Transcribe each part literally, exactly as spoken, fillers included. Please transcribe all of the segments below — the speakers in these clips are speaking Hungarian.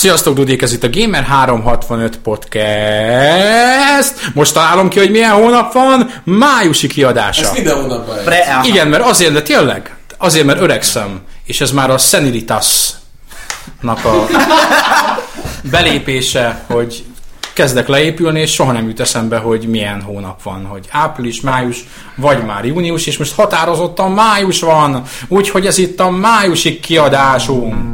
Sziasztok, Dudék, ez itt a Gamer háromszázhatvanöt Podcast. Most találom ki, hogy milyen hónap van. Májusi kiadása. Ez minden hónapban. Igen, mert azért, de tényleg, azért, mert öregszem. És ez már a Senilitas-nak a belépése, hogy kezdek leépülni, és soha nem jut eszembe, hogy milyen hónap van, hogy április, május, vagy már június, és most határozottan május van, úgyhogy ez itt a májusi kiadásunk.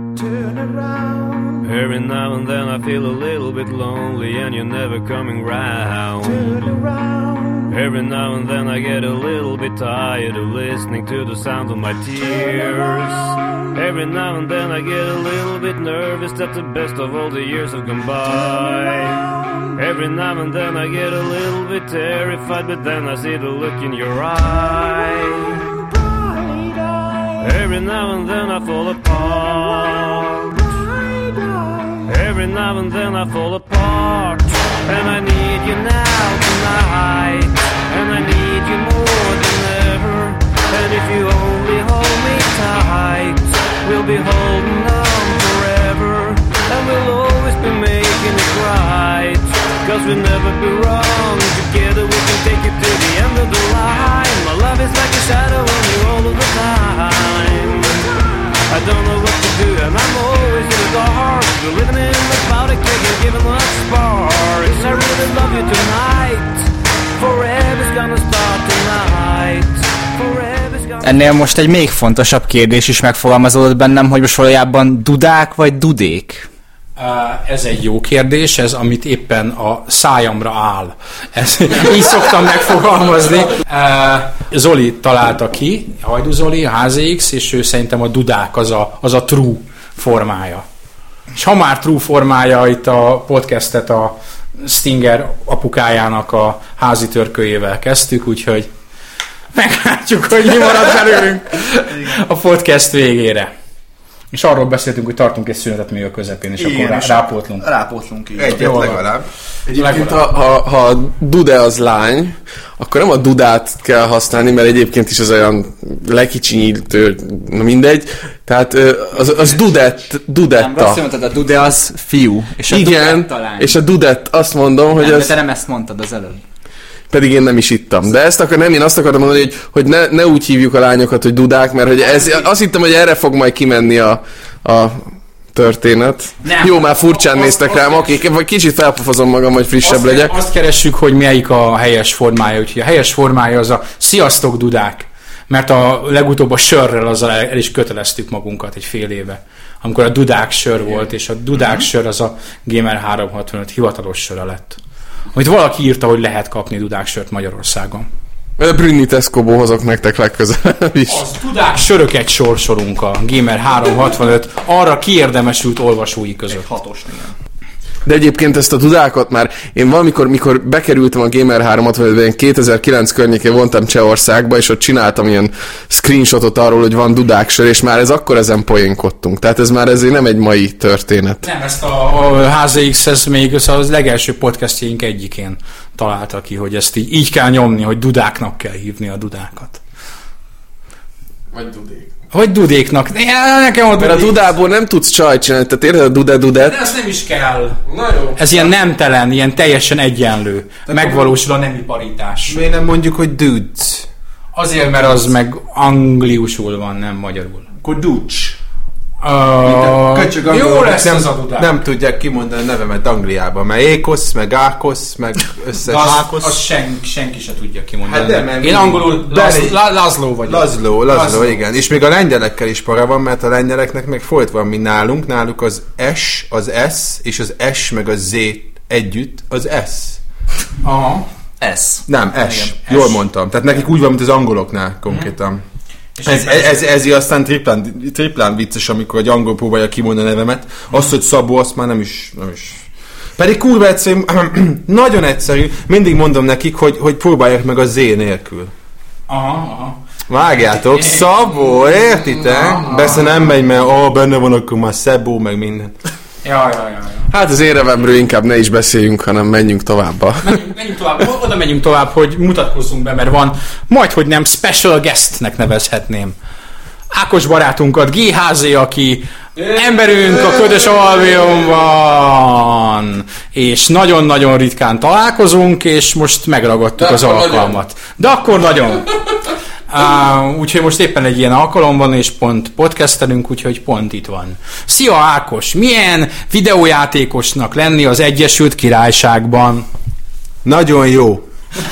Every now and then I feel a little bit lonely and you're never coming round. Every now and then I get a little bit tired of listening to the sound of my tears. Every now and then I get a little bit nervous that the best of all the years have gone by. Every now and then I get a little bit terrified, but then I see the look in your eye. Every now and then I fall apart. Every now and then I fall apart. And I need you now tonight. And I need you more than ever. And if you only hold me tight, we'll be holding on forever. And we'll always be making it right. Cause we'll never be wrong. Together we can take it to the end of the line. My love is like a shadow on you all of the time. I don't know what to do and I'm always in the dark. We're living in the powder keg and giving us sparks. I really love you tonight. Forever's gonna start tonight. Forever's gonna... Ennél most egy még fontosabb kérdés is megfogalmazódott bennem, hogy most valójában dudák vagy dudék? Uh, ez egy jó kérdés, ez amit éppen a szájamra áll. Ez, így szoktam megfogalmazni. Uh, Zoli találta ki, Hajdú Zoli, a há zé iksz, és ő szerintem a dudák az a, az a true formája. És ha már true formája, itt a podcastet a Stinger apukájának a házi törkölyével kezdtük, úgyhogy meglátjuk, hogy mi marad belőlünk a podcast végére. És arról beszéltünk, hogy tartunk egy szünetet még a közepén, és igen, akkor rá, rápótlunk. Rápótlunk így. Egyet legalább. Egyébként ha, ha, ha a dude az lány, akkor nem a dudát kell használni, mert egyébként is az olyan lekicsinyítő, na mindegy. Tehát az, az dudett, dudetta. Nem, azt mondtad, a dude az fiú, és a igen, dudetta lány. És a dudett azt mondom, hogy nem, az... de te nem ezt mondtad az előbb. Pedig én nem is ittam. De ezt akar, nem, én azt akartam mondani, hogy, hogy ne, ne úgy hívjuk a lányokat, hogy dudák, mert hogy ez, azt hittem, hogy erre fog majd kimenni a, a történet. Nem. Jó, már furcsán azt, néztek azt rám, oké, vagy kicsit felpofozom magam, hogy frissebb azt, legyek. Azt keressük, hogy melyik a helyes formája, úgyhogy a helyes formája az a sziasztok dudák, mert a legutóbb a sörrel azzal el, el is köteleztük magunkat egy fél éve, amikor a dudák sör volt, és a dudák sör az a Gamer háromszázhatvanöt hivatalos söre lett. Amit valaki írta, hogy lehet kapni dudák sört Magyarországon. A Brünni Tesco-ból hozok nektek legközelebb is. Az dudák söröket sorsolunk a Gamer háromszázhatvanöt arra kiérdemesült olvasói között. Hatos, igen. De egyébként ezt a dudákat már, én valamikor, mikor bekerültem a Gamer háromszázhatvanötben, kétezer-kilenc környékén vontam Csehországba, és ott csináltam ilyen screenshotot arról, hogy van dudáksör, és már ez akkor ezen poénkodtunk. Tehát ez már ezért nem egy mai történet. Nem, ezt a, a há zé iksz, ez még az, az legelső podcastjaink egyikén találta ki, hogy ezt így, így kell nyomni, hogy dudáknak kell hívni a dudákat. Vagy dudék. Vagy dudéknak. Ja, nekem a Mert a dudából nem tudsz csajt csinálni, tehát érted a dude-dudet? De ezt nem is kell. Na jó. Ez ilyen nemtelen, ilyen teljesen egyenlő. Megvalósul a nemi paritás. Miért nem mondjuk, hogy dudes? Azért, mert az meg angliusul van, nem magyarul. Akkor ducs. Uh, Köcsög jó lesz nem, az a dudák. nem tudják kimondani a nevemet Angliában, mert Ékosz, meg Ákosz, meg összes Az, az sen, senki se tudja kimondani. Hát de, mert én angolul Laz, La, Lazló vagyok. Lazló, Lazló, igen. És még a lengyelekkel is para van, mert a lengyeleknek meg folyt van, mint nálunk. Náluk az S, az S, és az S meg a Z együtt, az S. Aha. S. Nem, S. Igen, Jól S. mondtam. Tehát nekik úgy van, mint az angoloknál konkrétan. Mm. Ez, ez, ez, ez, ez aztán triplán, triplán vicces, amikor egy angol próbálja kimondani a nevemet. Azt, hogy Szabó, azt már nem is... Nem is. Pedig kurva egyszerű, nagyon egyszerű. Mindig mondom nekik, hogy, hogy próbálják meg a Z nélkül. Aha, aha. Vágjátok, Szabó, értitek? Persze nem megy, mert ó, benne van akkor már Szabó, meg minden. Ja, ja, ja, ja. Hát az érevemről inkább ne is beszéljünk, hanem menjünk tovább. Menjünk, menjünk tovább, oda menjünk tovább, hogy mutatkozzunk be, mert van, majdhogy nem special guestnek nevezhetném. Ákos barátunkat, gé há zé, aki Emberünk a Ködös Albionban, és nagyon-nagyon ritkán találkozunk, és most megragadtuk az alkalmat. Nagyon. De akkor nagyon. Uh, úgyhogy most éppen egy ilyen alkalom van, és pont podcastelünk, úgyhogy pont itt van. Szia Ákos, milyen videójátékosnak lenni az Egyesült Királyságban? Nagyon jó.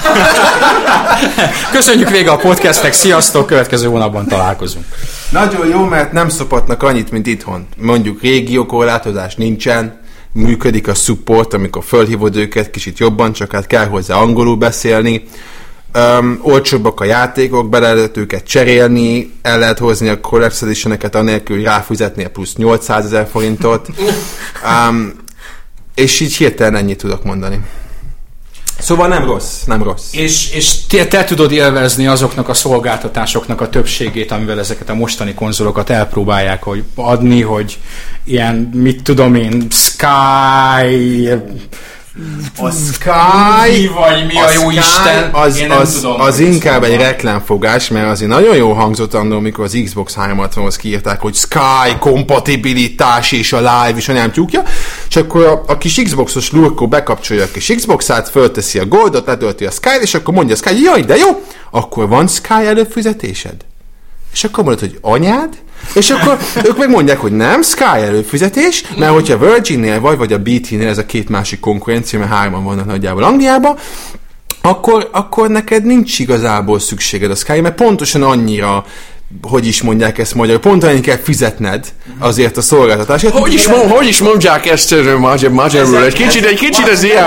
Köszönjük vége a podcastnek, sziasztok, következő hónapban találkozunk. Nagyon jó, mert nem szopatnak annyit, mint itthon. Mondjuk régiókorlátozás nincsen, működik a support, amikor fölhívod őket kicsit jobban, csak hát kell hozzá angolul beszélni. Um, olcsóbbak a játékok, bele lehet őket cserélni, el lehet hozni a Collector's Edition-eket anélkül, hogy ráfizetnél plusz nyolcszázezer forintot. Um, és így hirtelen ennyit tudok mondani. Szóval nem rossz, nem rossz. És, és te, te tudod élvezni azoknak a szolgáltatásoknak a többségét, amivel ezeket a mostani konzolokat elpróbálják hogy adni, hogy ilyen, mit tudom én, Sky... A Sky, vagy mi a, a jó Sky, Isten, az, én nem az, tudom, az inkább egy reklámfogás, mert azért nagyon jó hangzott annól, amikor az Xbox háromszázhatvanhoz kiírták, hogy Sky kompatibilitás és a live és a nem tyúkja, és akkor a, a kis Xboxos lurkó bekapcsolja a kis Xboxát, fölteszi a Goldot, letölti a Sky-t, és akkor mondja a Sky, jaj, de jó, akkor van Sky előfizetésed? És akkor mondod, hogy anyád? És akkor ők meg mondják, hogy nem, Sky előfizetés, mert hogyha Virginnél vagy, vagy a bé té-nél, ez a két másik konkurencia, mert hárman vannak nagyjából Angliában, akkor, akkor neked nincs igazából szükséged a Sky, mert pontosan annyira, hogy is mondják ezt magyarul, pont annyit kell fizetned azért a szolgáltatásért. Hogy is, mond, hogy is mondják ezt magyarul? Egy kicsit, egy kicsit az ilyen...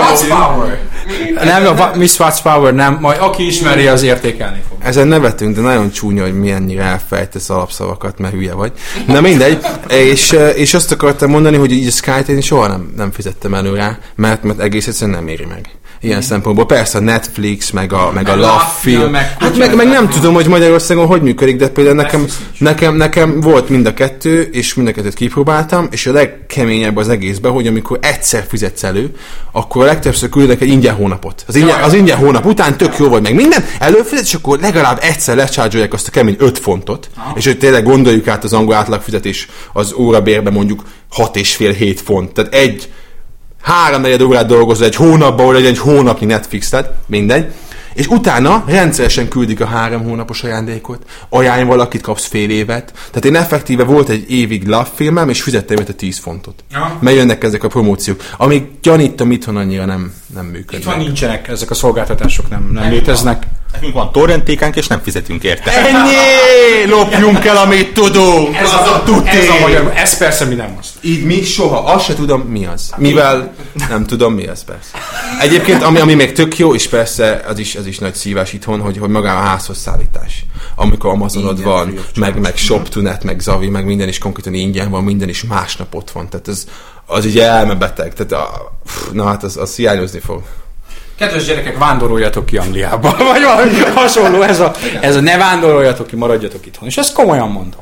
Nem, a Miss Watts Power nem, majd aki ismeri, az értékelni fog. Ezen nevetünk, de nagyon csúnya, hogy milyennyire elfejtesz alapszavakat, mert hülye vagy. Na mindegy, és, és azt akartam mondani, hogy így a Sky-t én soha nem, nem fizettem elő rá, mert, mert egész egyszerűen nem éri meg. Ilyen szempontból. Persze a Netflix, meg a, meg a Love Film. Hát meg, meg nem tudom, hogy Magyarországon hogy működik, de például nekem, nekem, nekem volt mind a kettő, és mind a kettőt kipróbáltam, és a legkeményebb az egészben, hogy amikor egyszer fizetsz elő, akkor a legtöbbször küldenek egy ingyen hónapot. Az ingyen, az ingyen hónap után tök jó vagy meg minden, előfizet, és akkor legalább egyszer lecsárgyolják azt a kemény öt fontot, és hogy tényleg gondoljuk át az angol átlagfizetés az órabérben mondjuk hat és fél hét font. Tehát egy háromnegyed órát dolgozol egy hónapban, hogy legyen egy hónapnyi Netflix, tehát mindegy. És utána rendszeresen küldik a három hónapos ajándékot, ajánlj valakit, kapsz fél évet. Tehát én effektíve volt egy évig Love filmem, és fizettem érte tíz fontot. Ja. Mert jönnek ezek a promóciók. Amíg gyanítom, itthon annyira nem, nem működnek. Itthon nincsenek, ezek a szolgáltatások nem, nem léteznek. Nekünk van torrentékánk, és nem fizetünk érte. Ennyi! Lopjunk el, amit tudunk! Ez, az a, tuti. ez a magyar, ez persze mi nem most. Így mi soha, azt se tudom, mi az. Mivel nem tudom, mi az, persze. Egyébként, ami, ami még tök jó, és persze az is, az is nagy szívás itthon, hogy, hogy magán a házhoz szállítás. Amikor Amazonod ingyen van, meg, meg ShopToNet, meg Zavi, meg minden is konkrétan ingyen van, minden is másnap ott van. Tehát ez, az így elmebeteg. Tehát a, na hát az, az hiányozni fog. Kedves gyerekek, vándoroljatok ki Angliába, vagy valami hasonló, ez a, ez a ne vándoroljatok ki, maradjatok itthon. És ezt komolyan mondom.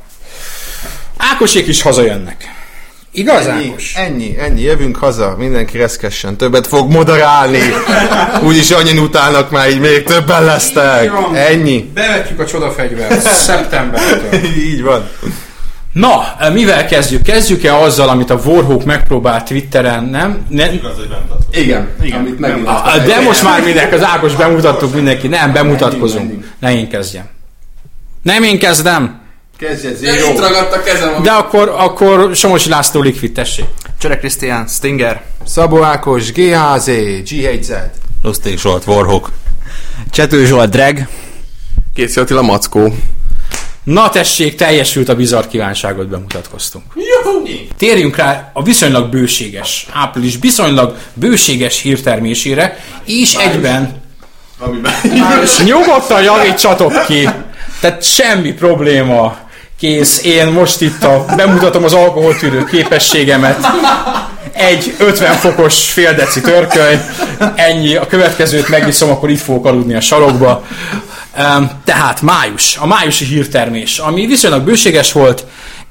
Ákosék is hazajönnek. Igaz, ennyi, Ákos? Ennyi, ennyi, jövünk haza, mindenki reszkessen, többet fog moderálni. Úgyis annyi utálnak már, így még többen lesztek. Ennyi. Bevetjük a csodafegyvert szeptembertől. Így van. Na, mivel kezdjük? Kezdjük-e azzal, amit a Warhawk megpróbált Twitteren, nem? ne... Igen, igen. Amit megint a, de most már mindenki, az Ákos bemutattuk mindenki. Nem, bemutatkozunk. Ne én kezdjem. Nem én kezdem. Kezdje, Zero. Itt ragadt a kezem. De akkor, akkor Somosi László Liquid, tessék. Csörek Krisztián, Stinger. Szabó Ákos, gé há zé, gé há zé. Lustig Zsolt, Warhawk. Csető Zsolt, Drag. Kész Attila, Mackó. Na tessék, teljesült a bizarr kívánságot, bemutatkoztunk. Juhu! Térjünk rá a viszonylag bőséges, április viszonylag bőséges hírtermésére, és május. Egyben... Május. Nyugodtan javítsatok ki! Tehát semmi probléma. Kész, én most itt a, bemutatom az alkoholtűrő képességemet. Egy ötven fokos fél deci törköly, ennyi, a következőt megiszom, akkor itt fogok aludni a sarokba. Tehát május, a májusi hírtermés, ami viszonylag bőséges volt,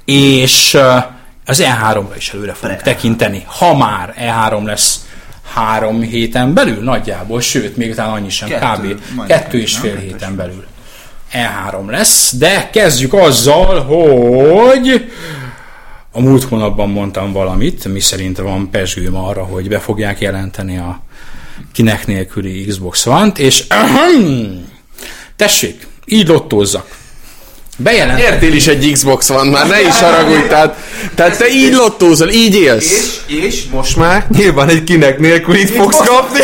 és az E háromra is előre fogunk tekinteni, ha már E három lesz három héten belül nagyjából, sőt, még talán annyi sem, kb. kettő és fél héten belül E három lesz, de kezdjük azzal, hogy a múlt hónapban mondtam valamit, mi szerint van pezsgőm arra, hogy be fogják jelenteni a Kinect nélküli Xbox One-t, és tessék, így lottózzak. Bejelenteni. Értél is egy Xbox One, már ne is haragudj, tehát, tehát te így lottózol, így élsz. És, és most már nyilván egy Kinect nélkül itt fogsz kapni.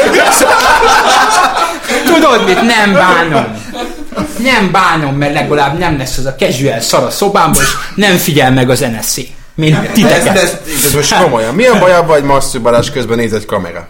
Tudod mit? Nem bánom. Nem bánom, mert legalább nem lesz az a casual szar a szobámban, és nem figyel meg az en es zé. Mint titeket. Ez, ez, ez most komolyan. Milyen bajab vagy masszúbalás közben néz egy kamera?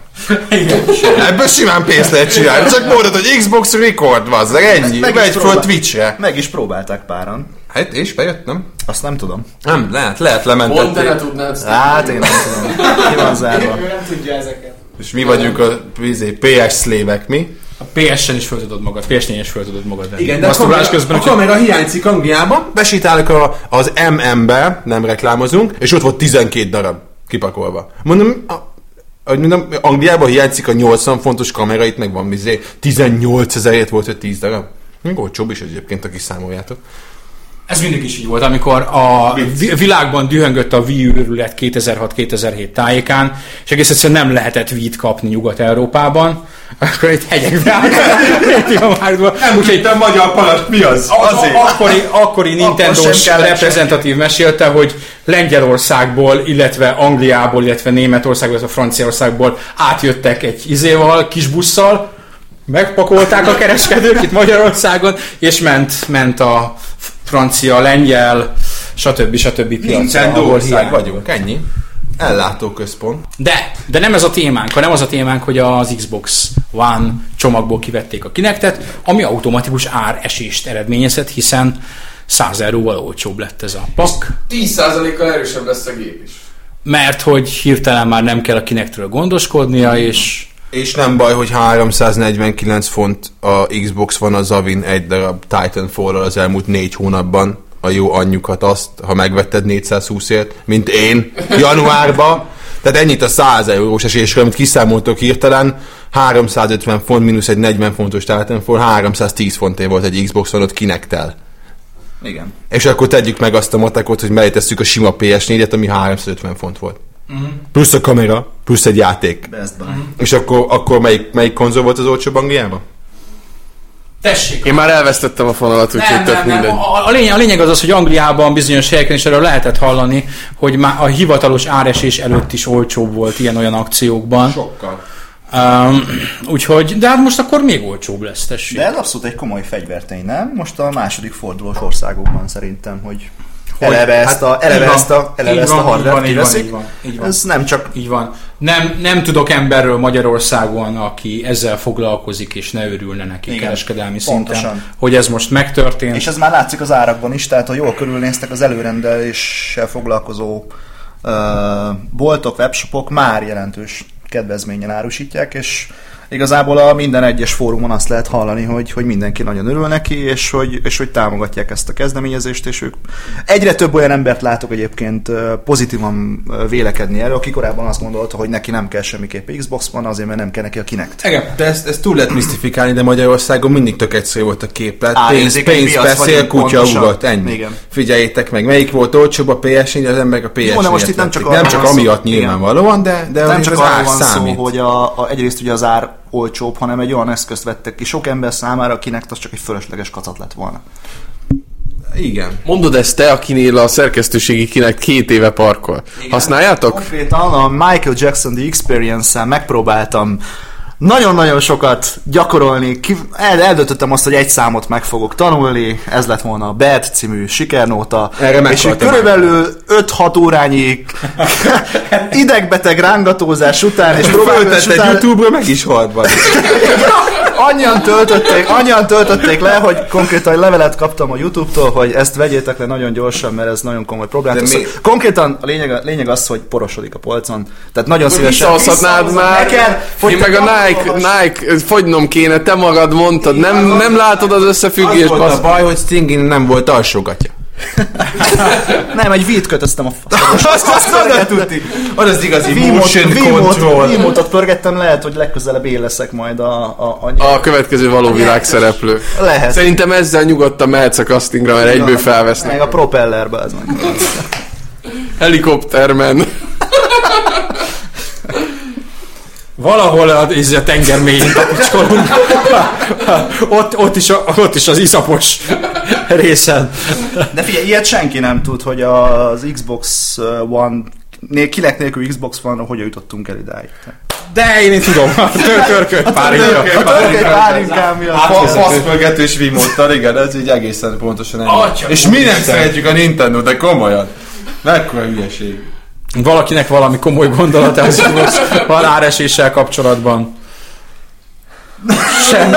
Ebből simán pénzt lehet csinálni. Csak mondod, hogy Xbox Record, vazzag, ennyi. Megy föl Twitch-re. Meg is próbálták páran. Hát és bejött, nem? Azt nem tudom. Nem, lehet, lehet lementették. Pont te ne tudnád. Hát én nem tudom. Ki van zárva. Ő nem tudja ezeket. És mi vagyunk a pé es szlévek, mi? A pé es-en is föl tudod magad, pé es négyen is föl tudod magad venni. Igen, de a kamera, közben, a kamera hiányzik Angliában, besítálnak a, az em em-be, nem reklámozunk, és ott volt tizenkét darab kipakolva. Mondom, a, ahogy mondom, Angliában hiányzik a nyolcvan fontos kamera, itt meg van mizé, tizennyolc ezerért volt, hogy tíz darab. Olcsóbb is egyébként, aki számoljátok. Ez mindig is így volt, amikor a világban dühöngött a Wii U őrület kétezer-hat kétezer-hét tájékán, és egész egyszerűen nem lehetett Wii-t kapni Nyugat-Európában, akkor itt hegyekbe állt. Nem úgy hittem magyar palast, mi az? Azért. Akkori, akkori Nintendo-s reprezentatív mesélte, hogy Lengyelországból, illetve Angliából, illetve Németországból, illetve Franciaországból átjöttek egy izéval, kis busszal, megpakolták a kereskedők itt Magyarországon, és ment, ment a francia, lengyel, stb. stb. Piacra. Nintendo ország vagyunk, ennyi. Ellátóközpont. De, de nem ez a témánk, hanem az a témánk, hogy az Xbox One csomagból kivették a Kinectet, ami automatikus áresést eredményezett, hiszen száz euróval olcsóbb lett ez a pak. tíz százalékkal erősebb lesz a gép is. Mert hogy hirtelen már nem kell a Kinectről gondoskodnia, és... És nem baj, hogy háromszáznegyvenkilenc font a Xbox One a Zavin egy darab Titanfall-al az elmúlt négy hónapban. A jó anyjukat azt, ha megvetted négyszázhúszért, mint én, januárban. Tehát ennyit a száz eurós esésről, amit kiszámoltok hirtelen, háromszázötven font mínusz egy negyven fontos Titanfall, háromszáztíz fontért volt egy Xbox One-ot Kinect-tel. Igen. És akkor tegyük meg azt a matekot, hogy mellé a sima pé es négyet, ami háromszázötven font volt. Uh-huh. Plusz a kamera, plusz egy játék. Uh-huh. És akkor, akkor melyik, melyik konzol volt az olcsóbb Angliában? Tessék! Én már elvesztettem a fonalat, úgyhogy tök mindegy. A, a, lényeg, a lényeg az az, hogy Angliában bizonyos helyeken is erről lehetett hallani, hogy már a hivatalos áresés előtt is olcsóbb volt ilyen-olyan akciókban. Sokkal. Um, úgyhogy, de hát most akkor még olcsóbb lesz, tessék. De ez abszolút egy komoly fegyvertény, nem? Most a második fordulós országokban szerintem, hogy eleve hát ezt a, eleve van, ezt a, eleve ezt a hardware kiveszik. Így van, így van. Ez nem csak... Így van. Nem, nem tudok emberről Magyarországon, aki ezzel foglalkozik, és ne örülne neki igen, kereskedelmi szinten, pontosan. hogy ez most megtörtént. És ez már látszik az árakban is, tehát ha jól körülnéztek, az előrendeléssel foglalkozó uh, boltok, webshopok már jelentős kedvezményen árusítják, és igazából a minden egyes fórumon azt lehet hallani, hogy, hogy mindenki nagyon örül neki, és hogy, és hogy támogatják ezt a kezdeményezést, és ők egyre több olyan embert látok egyébként pozitívan vélekedni erről, aki korábban azt gondolta, hogy neki nem kell semmiképp Xbox One, azért, mert nem kell neki a Kinect. Igen, de ezt, ezt túl lehet misztifikálni, de Magyarországon mindig tök egyszerű volt a képlet. Á, pénz, pénz beszél, kutya ugat, ennyi. Igen. Figyeljétek meg, melyik volt olcsóbb a pé es négy, az emberek a pé es négyet. Jó, most itt nem csak, nem csak amiatt szó, nyilvánvalóan, de, de nem csak az arról ár van számít. szó, hogy a, a, egyrészt ugye az ár olcsóbb, hanem egy olyan eszközt vettek ki sok ember számára, akinek az csak egy fölösleges kacat lett volna. Igen. Mondod ezt te, akinél a szerkesztőségi Kinect két éve parkol. Igen. Használjátok? Konkrétan a Michael Jackson The Experience-en megpróbáltam nagyon-nagyon sokat gyakorolni, El, eldöntöttem azt, hogy egy számot meg fogok tanulni, ez lett volna a Bad című sikernóta, erre és körülbelül öt-hat órányi idegbeteg rángatózás után, és próbálkozás után... YouTube-ra meg is halt van. annyian töltötték, annyian töltötték le, hogy konkrétan levelet kaptam a YouTube-tól, hogy ezt vegyétek le nagyon gyorsan, mert ez nagyon komoly problémát. Mi... Konkrétan a lényeg, lényeg az, hogy porosodik a polcon. Tehát nagyon szívesen visszahozhatnád már. Neked, én meg a Nike, Nike, fogynom kéne, te magad mondtad. Nem, nem látod az összefüggést? Az volt a baj, hogy Stingin nem volt alsógatja. Nem, egy vít kötöztem a fasz. Azt azt tudni. Az az igazi motion control. V-módot pörgettem, lehet, hogy legközelebb én leszek majd a... A, a, a következő való világszereplő. Lehet. Szerintem ezzel nyugodtan mehetsz a castingra, mert egyből felvesznek. Meg a propellerbe ez meg. Helikoptermen. Valahol a, a tenger mélyén papucskolunk. ott, ott, is a, ott is az iszapos részen. De figyelj, ilyet senki nem tud, hogy az Xbox One, kinek nélkül Xbox One, hogyan jutottunk el idáig. De én, én tudom, a törkölt párinka. A törkölt párinkám miatt. Faszpörgetős Wiimote-tal, igen, ez így egészen pontosan ennyi. És mi nem szeretjük a Nintendo, de komolyan. Mekkora hülyeség. Valakinek valami komoly gondolata az van áreséssel kapcsolatban. Semmi.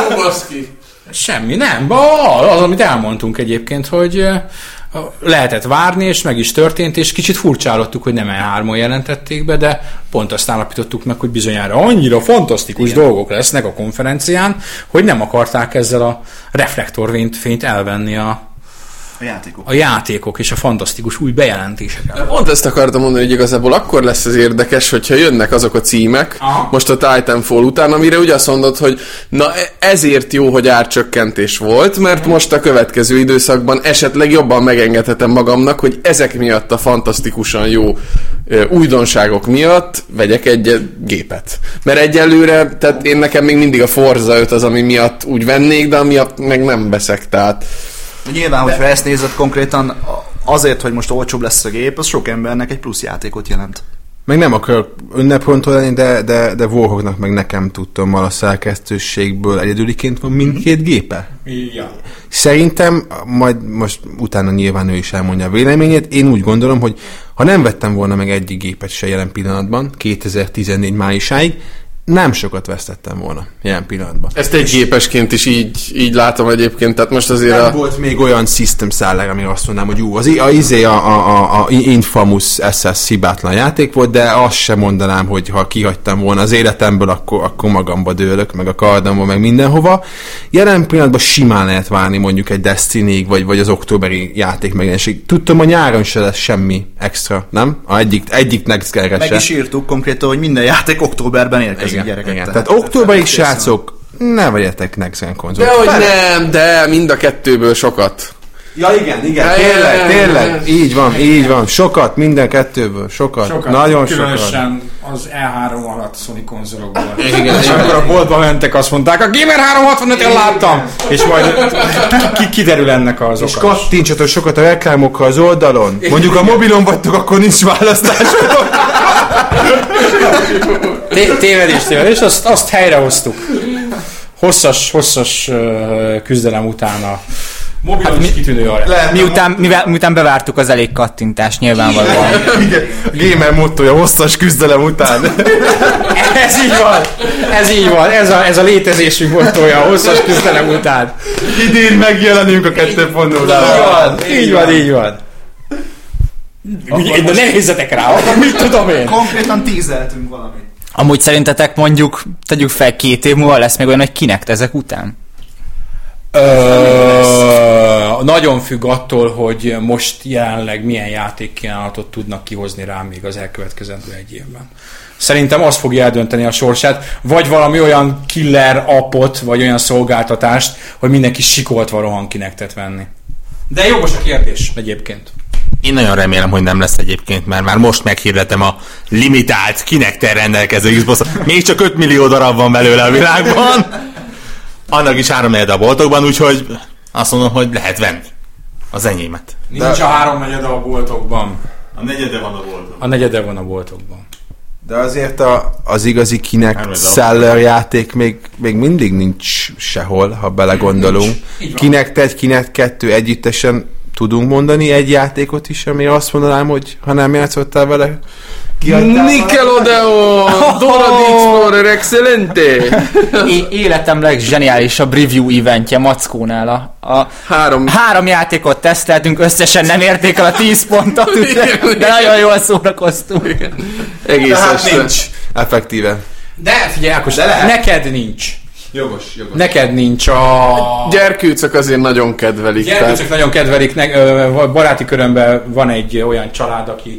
Semmi, nem. Az, amit elmondtunk egyébként, hogy lehetett várni, és meg is történt, és kicsit furcsálottuk, hogy nem E hármon jelentették be, de pont azt állapítottuk meg, hogy bizonyára annyira fantasztikus igen. dolgok lesznek a konferencián, hogy nem akarták ezzel a reflektorfényt elvenni a A játékok. A játékok és a fantasztikus új bejelentések. Pont ezt akartam mondani, hogy igazából akkor lesz ez érdekes, hogyha jönnek azok a címek, aha. most a Titanfall után, amire ugye azt mondod, hogy na ezért jó, hogy árcsökkentés volt, mert most a következő időszakban esetleg jobban megengedhetem magamnak, hogy ezek miatt a fantasztikusan jó újdonságok miatt vegyek egy gépet. Mert egyelőre, tehát én nekem még mindig a Forza öt az, ami miatt úgy vennék, de amiatt meg nem veszek, tehát nyilván, hogyha ezt nézed konkrétan, azért, hogy most olcsóbb lesz a gép, az sok embernek egy plusz játékot jelent. Meg nem akar ünneppontól lenni, de, de, de Warhawknak meg nekem tudtommal a szerkesztőségből egyedüliként van mindkét gépe. Ja. Szerintem, majd most utána nyilván ő is elmondja a véleményét, én úgy gondolom, hogy ha nem vettem volna meg egyik gépet se jelen pillanatban, kétezer-tizennégy májusáig, nem sokat vesztettem volna ilyen pillanatban. Ezt egy gépesként is így, így látom egyébként, tehát most azért nem a... volt még olyan system seller, amire azt mondanám, hogy ú, az a, izé a, a, a, a Infamous es es hibátlan játék volt, de azt sem mondanám, hogy ha kihagytam volna az életemből, akkor, akkor magamba dőlök, meg a kardomba, meg mindenhova. Jelen pillanatban simán lehet várni mondjuk egy Destiny-ig, vagy, vagy az októberi játék megjelenésig. Tudtam, a nyáron se lesz semmi extra, nem? A egyik, egyik next gen-re se. Meg is írtuk konkrétan, hogy minden játék októberben érkezik. Igen, gyerekek. igen. Tehát, tehát októberig, srácok, ne vegyetek next gen konzolt. De hogy nem, de mind a kettőből sokat. Ja igen, igen, tényleg, tényleg, így van, így van, sokat, minden kettőből, sokat, sokat nagyon különösen sokat. Az E három alatt Sony konzolokból. Igen, és amikor a boltba mentek, azt mondták, a Gamer háromszázhatvanötöt láttam, és majd ki, kiderül ennek az oka. És kattintsatok sokat a reklámokkal az oldalon. Mondjuk a mobilon vagytok, akkor nincs választásotok. Tévedés, tévedés, és azt, azt helyrehoztuk. Hosszas, hosszas uh, küzdelem után a mobilon hát is kitűnő a miután, mivel, miután bevártuk az elég kattintást, nyilvánvalóan. Igen, gamer mottoja, hosszas küzdelem után. Ez így van, ez így van, ez a, ez a létezésünk mottoja, hosszas küzdelem után. Idén megjelenünk a kettő pont nullával. Így van, így van. De ne nézzetek rá, akkor mit tudom én? Konkrétan tízeltünk valamit. Amúgy szerintetek mondjuk, tegyük fel, két év múlva lesz még olyan, hogy kinek ezek után? Ö, nagyon függ attól, hogy most jelenleg milyen játékkínálatot tudnak kihozni rá még az elkövetkezendő egy évben. Szerintem az fogja eldönteni a sorsát, vagy valami olyan killer appot, vagy olyan szolgáltatást, hogy mindenki sikoltva rohan Kinectet venni. De jogos a kérdés egyébként. Én nagyon remélem, hogy nem lesz egyébként, mert már most meghirdetem a limitált Kinecttel rendelkező Xbox-ot. Még csak öt millió darab van belőle a világban. Annak is három negyed a boltokban, úgyhogy azt mondom, hogy lehet venni az enyémet. Nincs De... a három negyed a boltokban. A negyede van a boltokban. A negyede van a boltokban. De azért a, az igazi Kinect seller játék még, még mindig nincs sehol, ha belegondolunk. Kinect egy, Kinect kettő együttesen tudunk mondani egy játékot is, amire azt mondanám, hogy ha nem játszottál vele, Nickelodeon! Dora the Explorer, excelente! É- életem legzseniálisabb review eventje Mackónál. A, a három. három játékot teszteltünk, összesen nem érték el a tíz pontot, de, de nagyon jól szórakoztunk. Egész hát nincs. Effektíve. De figyelj, Ákos, neked nincs. Jogos, jogos. Neked nincs a... Gyerkőcök azért nagyon kedvelik. Gyerkőcök tehát... nagyon kedvelik. Ne, baráti körömben van egy olyan család, aki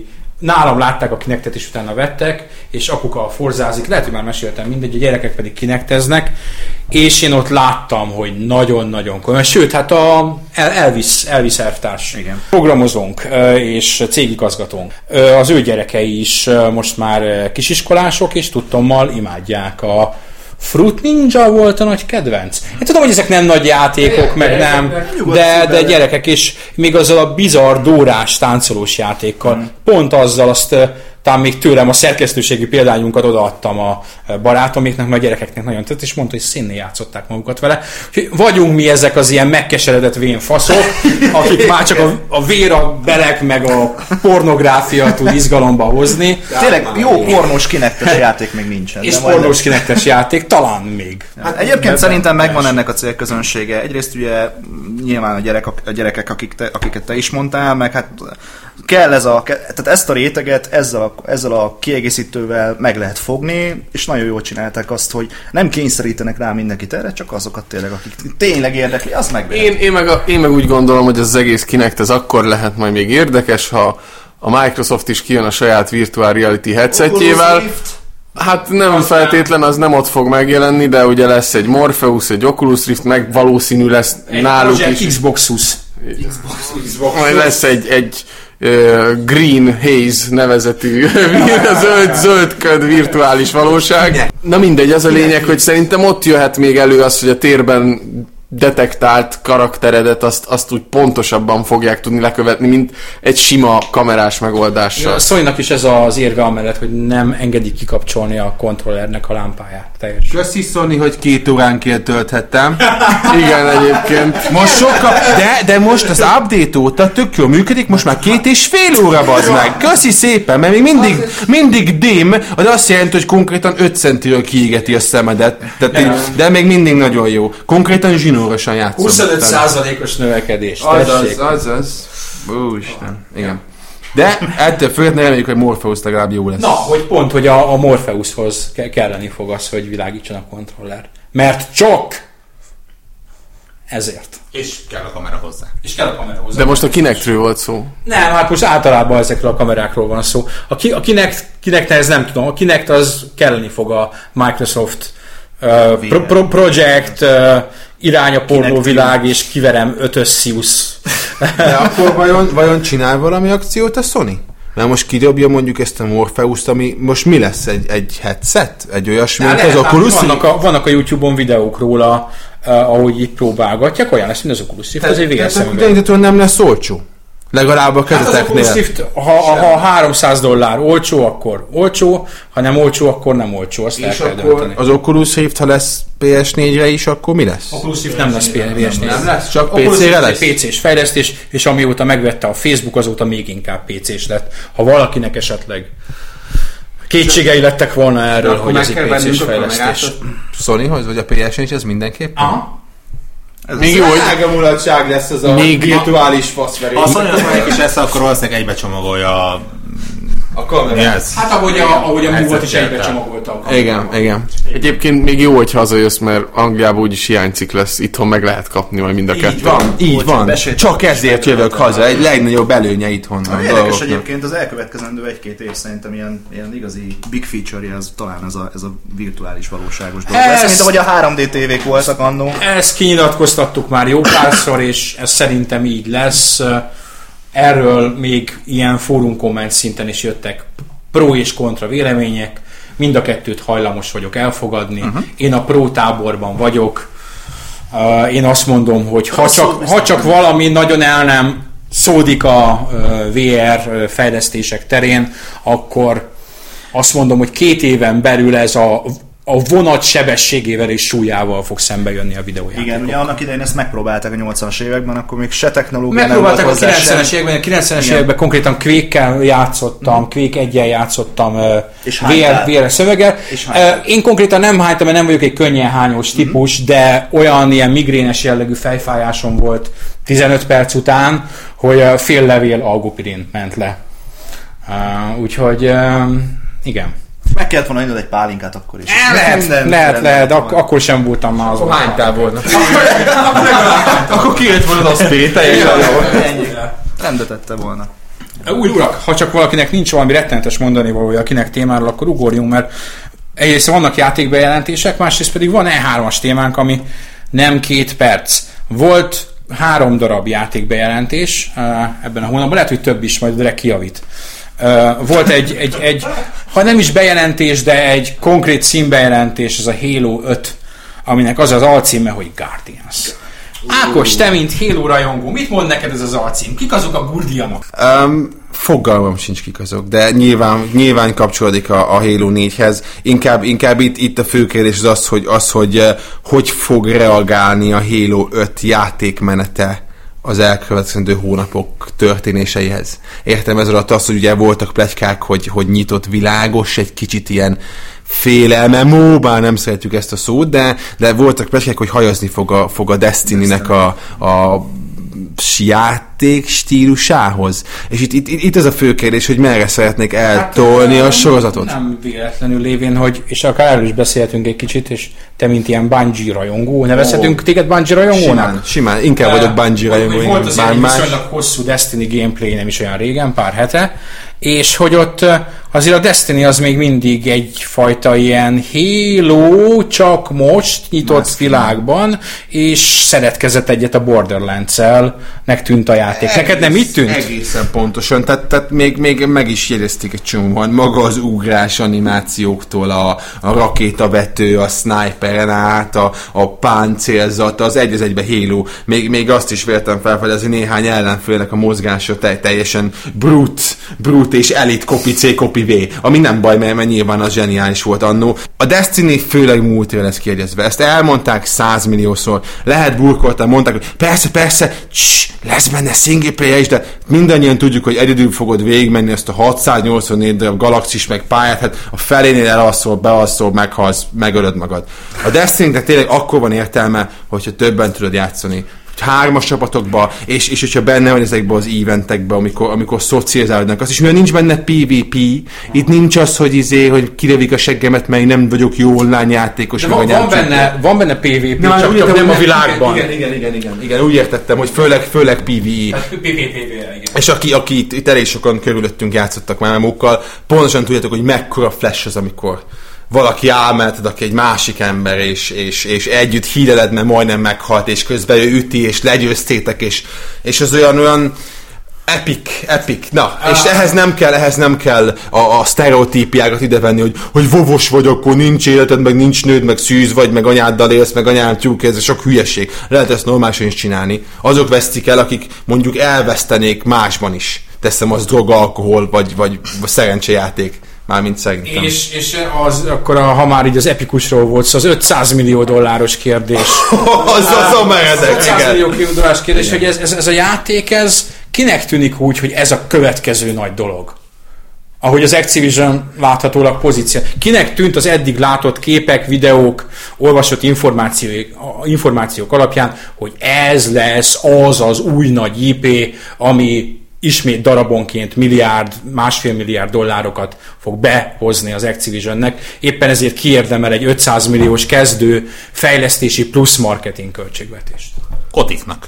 nálam látták a Kinectet, és utána vettek, és apuka forzázik, lehet, hogy már meséltem, mindegy, a gyerekek pedig Kinecteznek, és én ott láttam, hogy nagyon-nagyon komoly. Sőt, hát a Elvis, Elvis elvtárs programozónk és cégigazgatónk. Az ő gyerekei is most már kisiskolások, és tudtommal imádják a Fruit Ninja volt a nagy kedvenc. Én tudom, hogy ezek nem nagy játékok, meg nem, de, de gyerekek is, még azzal a bizarr, dórás, táncolós játékkal, pont azzal azt talán még tőlem a szerkesztőségi példányunkat odaadtam a barátomiknak, mert a gyerekeknek nagyon tett, és mondta, hogy színné játszották magukat vele. Úgyhogy vagyunk mi ezek az ilyen megkeseredett vén faszok, akik már csak a, a vér, a belek, meg a pornográfia tud izgalomba hozni. Tényleg jó pornós Kinectes játék még nincsen. És pornós Kinectes játék talán még. Hát egyébként szerintem megvan ennek a célközönsége. Egyrészt ugye nyilván a, gyerek, a gyerekek, akik te, akiket te is mondtál, meg hát kell ez a, tehát ezt a réteget ezzel a, ezzel a kiegészítővel meg lehet fogni, és nagyon jól csinálták azt, hogy nem kényszerítenek rá mindenkit erre, csak azokat tényleg, akik tényleg érdekli, az megvehet. Én, én, meg a, én meg úgy gondolom, hogy az egész Kinect ez akkor lehet majd még érdekes, ha a Microsoft is kijön a saját virtual reality headsetjével. Hát nem az feltétlen, az nem ott fog megjelenni, de ugye lesz egy Morpheus, egy Oculus Rift, meg valószínű lesz egy náluk is. Xboxus. Xbox. Majd lesz egy, egy uh, Green Haze nevezetű zöld, zöld köd virtuális valóság. Na mindegy, az a lényeg, hogy szerintem ott jöhet még elő az, hogy a térben detektált karakteredet azt, azt úgy pontosabban fogják tudni lekövetni, mint egy sima kamerás megoldással. Ja, Sony-nak is ez az érve amellett, hogy nem engedik kikapcsolni a kontrollernek a lámpáját. Teljes. Köszi Sony, hogy két óránként tölthettem. Igen, egyébként. Most sokkal, de, de most az update óta tök jól működik, most már két és fél óra bazd meg. Köszi szépen, mert még mindig, mindig dim, az azt jelenti, hogy konkrétan öt centiről kiégeti a szemedet. Tehát, de még mindig nagyon jó. Konkrétan zsinórosan játszom. huszonöt százalékos növekedés. Azaz, azaz. Úristen. Igen. De ettől függetlenül reméljük, hogy Morpheus legalább jó lesz. Na, hogy pont, hogy a, a Morpheushoz ke- kelleni fog az, hogy világítson a kontroller. Mert csak ezért. És kell a kamera hozzá. És kell a kamera hozzá. De most a Kinectről volt szó. Nem, hát most általában ezekről a kamerákról van szó. A, ki, a Kinect, Kinect ez nem tudom, a Kinect az kelleni fog a Microsoft uh, pro, pro, Project, uh, irány a pornóvilág, és kiverem Ötösszius. De akkor vajon, vajon csinál valami akciót a Sony? Mert most kidobja mondjuk ezt a Morpheus-t, ami most mi lesz? Egy, egy headset? Egy olyasmi, mint az Oculus? Vannak a, vannak a YouTube-on videók róla, uh, ahogy itt próbálgatják, olyan lesz, mint az Oculus Rift, az egy vé er szemüveg. De nem lesz olcsó? Legalább a kezdeteknél. Hát az Oculus Rift, ha, ha háromszáz dollár olcsó, akkor olcsó, ha nem olcsó, akkor nem olcsó, azt el kell dönteni. Az Oculus Rift, ha lesz pé es négyre is, akkor mi lesz? Oculus Rift nem lesz pé es négy. Nem lesz, csak pé cére lesz? pé cés fejlesztés, és amióta megvette a Facebook, azóta még inkább pé cés lett. Ha valakinek esetleg kétségei lettek volna erről, hogy ez egy pé cés fejlesztés. Sonyhoz, vagy a pé es négy, ez mindenképpen? Aha. Ez még jó, hogy ágamulatság lesz ez a még virtuális faszverés. Ha Sony az meg is lesz, akkor valószínűleg egybe csomagolja a... A kamerát. Yes. Hát ahogy a, ahogy a Move-ot is egybe csomagolta a kamerát. Igen, igen. Egyébként még jó, hogy hazajössz, mert Angliában úgyis hiánycikk lesz, itthon meg lehet kapni majd mind a kettőt. Így van, így van. Csak ezért jövök haza, egy legnagyobb előnye itthon. Érdekes egyébként az elkövetkezendő egy-két év szerintem ilyen, ilyen igazi big feature-je az talán ez a, ez a virtuális valóságos dolog. Ez szerintem, hogy a három dé tévék voltak annó. Ezt kinyilatkoztattuk már jó párszor, és ez szerintem így lesz. Erről még ilyen fórum komment szinten is jöttek pro és kontra vélemények. Mind a kettőt hajlamos vagyok elfogadni. Uh-huh. Én a pro táborban vagyok. Uh, én azt mondom, hogy ha csak, ha csak valami nagyon el nem szódik a uh, vé er fejlesztések terén, akkor azt mondom, hogy két éven belül ez a a vonat sebességével és súlyával fog szembe jönni a videójátékok. Igen, ugye annak idején ezt megpróbálták a nyolcvanas években, akkor még se technológia megpróbálták nem volt hozzá. Megpróbálták a kilencvenes években, a kilencvenes években konkrétan Quake-kel játszottam, mm. Quake egyel játszottam vé er szöveggel. Én konkrétan nem hánytam, mert nem vagyok egy könnyen hányós típus, mm. de olyan ilyen migrénes jellegű fejfájásom volt tizenöt perc után, hogy fél levél algopirin ment le. Uh, úgyhogy uh, igen. Meg kellett volna innod egy pálinkát akkor is. Lehet, lehet, lehet, lehet, ak- akkor sem voltam már azon. Hánytál volna? Akkor kijött volna az Spirit, teljesen. Rendet tette volna. Új urak, ha csak valakinek nincs valami rettenetes mondani valója, akinek témáról, akkor ugorjunk, mert egyrészt vannak játékbejelentések, másrészt pedig van E hármas témánk, ami nem két perc. Volt három darab játékbejelentés ebben a hónapban, lehet, hogy több is, majd direkt kijavít. Volt egy, egy, egy, ha nem is bejelentés, de egy konkrét színbejelentés, ez a Halo öt, aminek az az alcíme, hogy Guardians. Ákos, te mint Halo rajongó, mit mond neked ez az alcím? Kik azok a gurdianok? Um, fogalmam sincs kik azok, de nyilván, nyilván kapcsolódik a, a Halo négyhez. Inkább, inkább itt, itt a fő kérdés az az, hogy, az, hogy uh, hogy fog reagálni a Halo öt játékmenete az elkövetkezendő hónapok történéseihez. Értem ez alatt azt, hogy ugye voltak pletykák, hogy, hogy nyitott világos, egy kicsit ilyen félelme, mó, bár nem szeretjük ezt a szót, de, de voltak pletykák, hogy hajazni fog a, fog a Destiny-nek a, a játék stílusához. És itt, itt, itt az a fő kérdés, hogy merre szeretnék eltolni hát, a sorozatot. Nem véletlenül lévén, hogy, és akár erről is beszélhetünk egy kicsit, és te, mint ilyen Bungie rajongó, nevezhetünk oh. téged Bungie rajongónak? Simán, simán. Inkább uh, vagyok Bungie rajongó. Volt az egy viszonylag hosszú Destiny gameplay, nem is olyan régen, pár hete, és hogy ott azért a Destiny az még mindig egyfajta ilyen Halo, csak most nyitott Más világban, és szeretkezett egyet a Borderlands-el, megtűnt a játék. Egész, neked nem így tűnt? Egészen pontosan, tehát, tehát még, még meg is jegyezték egy csomóan, maga az ugrás animációktól, a, a rakétavető, a sniperen át, a, a páncélzat, az egy az egybe Halo, még, még azt is véltem felfedezni, néhány ellenfélnek a mozgása teljesen brute, brute és elit copy C, copy V, ami nem baj, mert, mert nyilván az zseniális volt annó. A Destiny főleg múltra lesz kiegyezve. Ezt elmondták százmilliószor. Lehet burkoltan, mondták, hogy persze, persze, css, lesz benne single player is, de mindannyian tudjuk, hogy egyedül fogod végigmenni ezt a hatszáznyolcvannégy darab galaxis meg pályát, hát a felénél elalszol, bealszol, meghalsz, megölöd magad. A Destiny-nek tényleg akkor van értelme, hogyha többen tudod játszani. Hármas csapatokba, és, és hogyha benne vagy ezekben az eventekben, amikor, amikor szocializálódnak, az is, mivel nincs benne pé vé pé, itt nincs az, hogy izé, hogy kilövik a seggemet, mert nem vagyok jó online játékos. De van, van, benne, van benne pé vé pé, Na, csak, csak nem a világban. Igen, igen, igen, igen, igen, úgy értettem, hogy főleg, főleg pé vé é. pé vé pé, igen. És aki, aki itt, itt elég sokan körülöttünk játszottak már memókkal, pontosan tudjátok, hogy mekkora flash az, amikor valaki álmelted, aki egy másik ember, és, és, és együtt híleled, mert majdnem meghalt, és közben ő üti, és legyőztétek, és, és az olyan, olyan epic, epic. Na, ah. és ehhez nem kell, ehhez nem kell a, a sztereotípiákat idevenni, hogy, hogy vovos vagy, akkor nincs életed, meg nincs nőd, meg szűz vagy, meg anyáddal élsz, meg anyád tyúk, ez sok hülyeség. Lehet ezt normálisan is csinálni. Azok vesztik el, akik mondjuk elvesztenék másban is. Teszem, az drog, alkohol, vagy, vagy, vagy szerencsejáték. Mármint szerintem. És, és az, akkor a, ha már így az epikusról volt szó, az ötszáz millió dolláros kérdés. az az a meredek, ötszáz millió dolláros kérdés, igen. Hogy ez, ez, ez a játék, ez kinek tűnik úgy, hogy ez a következő nagy dolog? Ahogy az Activision láthatólag pozíció. Kinek tűnt az eddig látott képek, videók, olvasott információk, információk alapján, hogy ez lesz az az új nagy í pé, ami ismét darabonként milliárd, másfél milliárd dollárokat fog behozni az Activisionnek. Éppen ezért kiérdemel egy ötszáz milliós kezdő fejlesztési plusz marketing költségvetést. Kotiknak.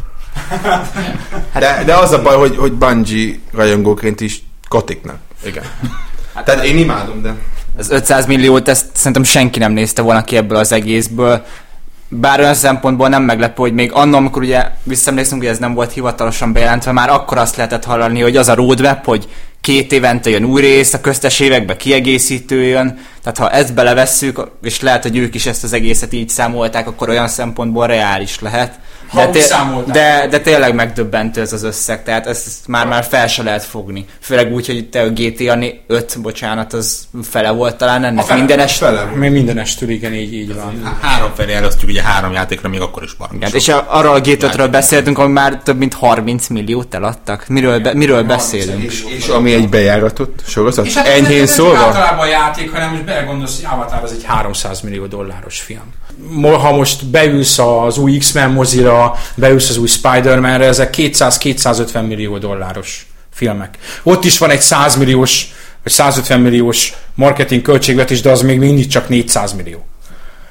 De, de az a baj, hogy, hogy Bungie rajongóként is kotiknak. Igen. Hát tehát én imádom, de... Az ötszáz milliót, ezt szerintem senki nem nézte volna ki ebből az egészből. Bár olyan szempontból nem meglepő, hogy még annak, amikor ugye visszaemlékszünk, hogy ez nem volt hivatalosan bejelentve, már akkor azt lehetett hallani, hogy az a roadmap, hogy két évente jön új rész, a köztes években kiegészítő jön, tehát ha ezt belevesszük, és lehet, hogy ők is ezt az egészet így számolták, akkor olyan szempontból reális lehet. De, té- de, de tényleg megdöbbentő ez az összeg, tehát ezt, ezt már, már fel se lehet fogni. Főleg úgy, hogy te a gé té á öt, bocsánat, az fele volt talán ennek fele, mindenestől. Még mindenestől, igen, így, így van. Három felé elosztjuk ugye három játékra, még akkor is baromi. És arról a gé té ötről beszéltünk, ami már több mint harminc milliót eladtak. Miről, be, miről beszélünk? És, és ami egy bejáratott sorozat, hát enyhén ez szólva? Ez általában a játék, hanem most belegondolsz, hogy Avatar az egy háromszáz millió dolláros film. Ha most beülsz az új X-Men mozira, beülsz az új Spider-Manre, ezek kétszáz-kétszázötven millió dolláros filmek. Ott is van egy száz milliós vagy százötven milliós marketing költségvetés, de az még mindig csak négyszáz millió.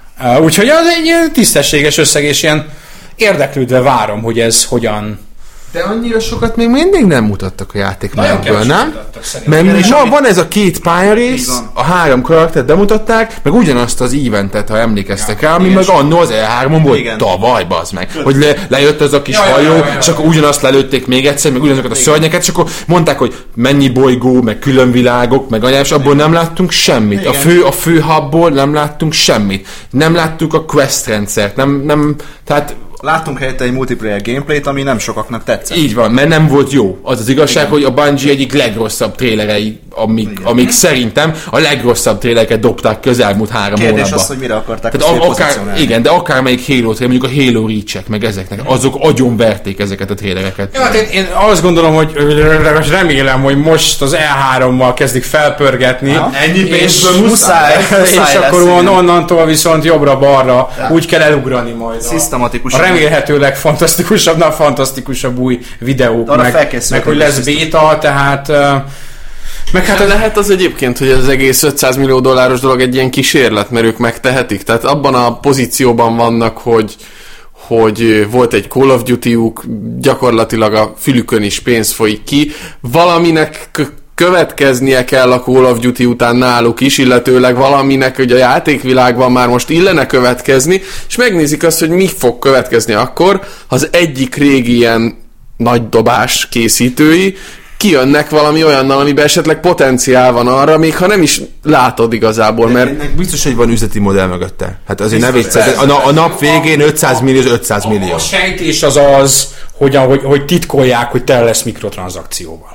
Úgyhogy az egy ilyen tisztességes összeg, és ilyen érdeklődve várom, hogy ez hogyan De annyira sokat még mindig nem mutattak a játékmenetből, nem? Mert van, van ez a két pályarész, a három karaktert bemutatták, meg ugyanazt az eventet, ha emlékeztek rá, ami meg annó az E hármon volt tavaly, bazd meg. Hogy le, lejött az a kis ja, hajó, ja, ja, ja, és akkor ugyanazt lelőtték még egyszer, meg ugyanazokat a szörnyeket, és akkor mondták, hogy mennyi bolygó, meg külön világok, meg anyám, és abból nem láttunk semmit. Igen. A fő, a fő hubból nem láttunk semmit. Nem láttuk a quest rendszert, nem, nem, tehát láttunk helyette egy multiplayer gameplayt, ami nem sokaknak tetszett. Így van, mert nem volt jó. Az az igazság, igen. hogy a Bungie egyik legrosszabb trélerei, amik, amik szerintem a legrosszabb trélereket dobták közelmúlt három Kérdés hónapban. az, hogy mire akarták tehát a, akár, igen, de akármelyik Halo trailer, mondjuk a Halo Reach-ek, meg ezeknek, azok agyonverték ezeket a trélereket. Ja, hát én, én azt gondolom, hogy remélem, hogy most az E hárommal kezdik felpörgetni. Ha? Ennyi pénzből muszáj, muszáj, muszáj és akkor on, onnantól viszont jobbra-balra ja. úgy kell elugrani majd. Szisztematikusan. Remélhetőleg fantasztikusabbnál fantasztikusabb új videók, meg, meg hogy lesz béta, tehát uh, meg hát lehet az egyébként, hogy az egész ötszáz millió dolláros dolog egy ilyen kísérlet, mert ők megtehetik, tehát abban a pozícióban vannak, hogy hogy volt egy Call of Duty-uk, gyakorlatilag a fülükön is pénz folyik ki, valaminek következnie kell a Call of Duty után náluk is, illetőleg valaminek, hogy a játékvilágban már most illene következni, és megnézik azt, hogy mi fog következni akkor, ha az egyik régi ilyen nagy dobás készítői kijönnek valami olyannal, amiben esetleg potenciál van arra, még ha nem is látod igazából, mert... Ennek biztos, hogy van üzleti modell mögötte. Hát azért ne viccelj, a, a nap végén ötszáz millió, ötszáz millió. A, a sejtés az az, hogy, hogy, hogy titkolják, hogy tele lesz mikrotranszakcióval.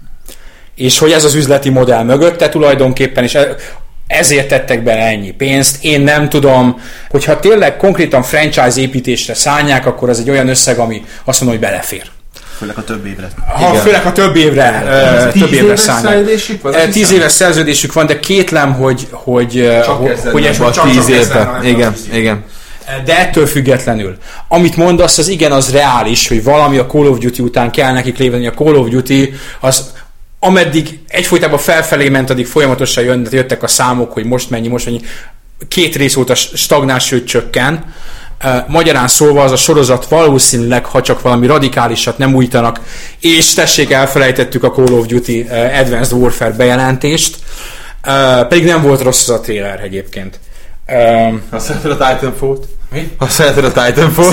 És hogy ez az üzleti modell mögötte tulajdonképpen, és ezért tettek bele ennyi pénzt. Én nem tudom, hogyha tényleg konkrétan franchise építésre szállják, akkor ez egy olyan összeg, ami azt mondom, hogy belefér. Főleg a több évre. Ha, főleg a több évre, uh, több évre szállnak. Tíz éves szerződésük van, de kétlem, hogy hogy, hogy ez a tíz évben. Igen, igen. De ettől függetlenül. Amit mondasz, az igen, az reális, hogy valami a Call of Duty után kell nekik léveni. A Call of Duty az ameddig egyfolytában felfelé ment, addig folyamatosan jön, jöttek a számok, hogy most mennyi, most mennyi. Két rész óta stagnál, sőt csökken. Uh, magyarán szólva az a sorozat valószínűleg, ha csak valami radikálisat nem újítanak, és tessék, elfelejtettük a Call of Duty uh, Advanced Warfare bejelentést, uh, pedig nem volt rossz az a trailer egyébként. Uh, ha szereted a Titanfall-t? Mi? Ha szereted a Titanfall-t?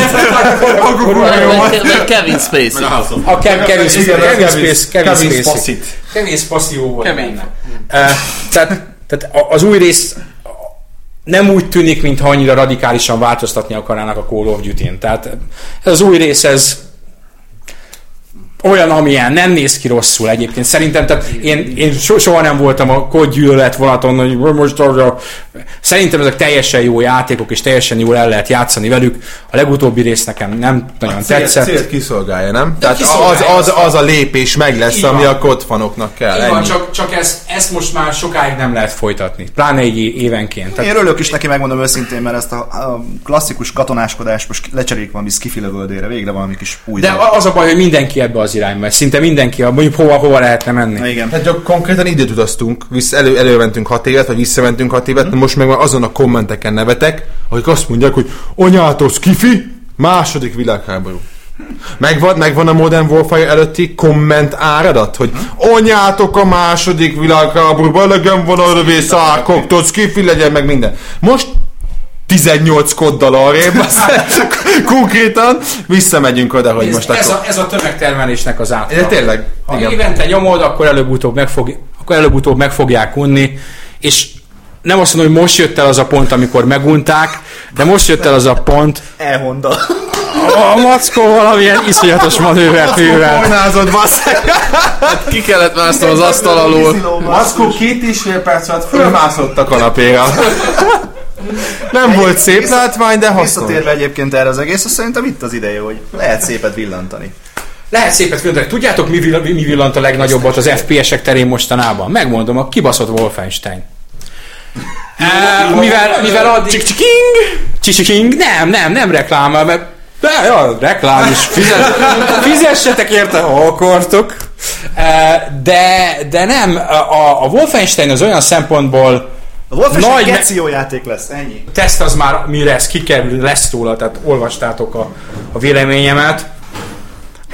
Meg Kevin Spacey. A Kevin Spacey. Kevin Spacey. Kevin Spacey jó volt benne. Tehát az új rész nem úgy tűnik, mintha annyira radikálisan változtatni akarnának a Call of Duty-n. Tehát ez az új rész, ez olyan, amilyen, nem néz ki rosszul egyébként. Szerintem, tehát én, én so, soha nem voltam a kod gyűlölet vonaton, hogy most arra... Szerintem ezek teljesen jó játékok, és teljesen jól el lehet játszani velük. A legutóbbi rész nekem nem nagyon a cél, tetszett. Célt kiszolgálja, nem? Tehát az, az, az a lépés meg lesz, ami a kodfanoknak kell. Van, csak, csak ezt, ezt most már sokáig nem lehet folytatni. Pláne egy évenként. Tehát... Én örülök is neki, megmondom őszintén, mert ezt a, a klasszikus katonáskodást most lecserélik valami skifi lövöldére, végre valami kis új. De dolog. Az a baj, hogy mindenki ebbe az irányba, szinte mindenki, mondjuk hova, hova lehetne menni. Na, igen. Hát konkrétan időt utaztunk, vissza, elő, előmentünk hat évet, vagy visszamentünk hat évet, hmm. most meg azon a kommenteken nevetek, akik azt mondják, hogy anyától skifi, második világháború. Megvan, megvan a Modern Warfare előtti komment áradat, hogy anyátok a második világháborúban, elegem van a lövészárkoktól, skifi legyen meg minden. Most tizennyolc koddal arrébb, konkrétan visszamegyünk oda, hogy ez, most ez akkor... A, ez a tömegtermelésnek az átlag. De tényleg. Ha igen. Évente nyomod, akkor előbb-utóbb, megfog, akkor előbb-utóbb meg fogják unni, és nem azt mondom, hogy most jött el az a pont, amikor megunták, de most jött el az a pont... E-Honda. A Mackó valamilyen iszonyatos manővert művel. Mackó basszeg. Hát ki kellett másznom az asztal alól. Mackó két és fél perc alatt fölmászott a kanapéra. Nem egy, volt szép látvány, de hasznos. Visszatérve egyébként erre az egész, szerintem itt az ideje, hogy lehet szépet villantani. Lehet szépet villantani. Tudjátok, mi, vill- mi villant a legnagyobbat az ef pé esek terén mostanában? Megmondom, a kibaszott Wolfenstein. Uh, mivel, mivel addig... Csiksiking! Csiksiking? Nem, nem, nem reklám, mert... De, ja, reklám is. Fizes, fizessetek érte, ha akartok. Uh, de, de nem, a, a Wolfenstein az olyan szempontból a Wolfenstein geció játék lesz, ennyi. Teszt az már, mire ez kikerül, lesz róla, tehát olvastátok a, a véleményemet.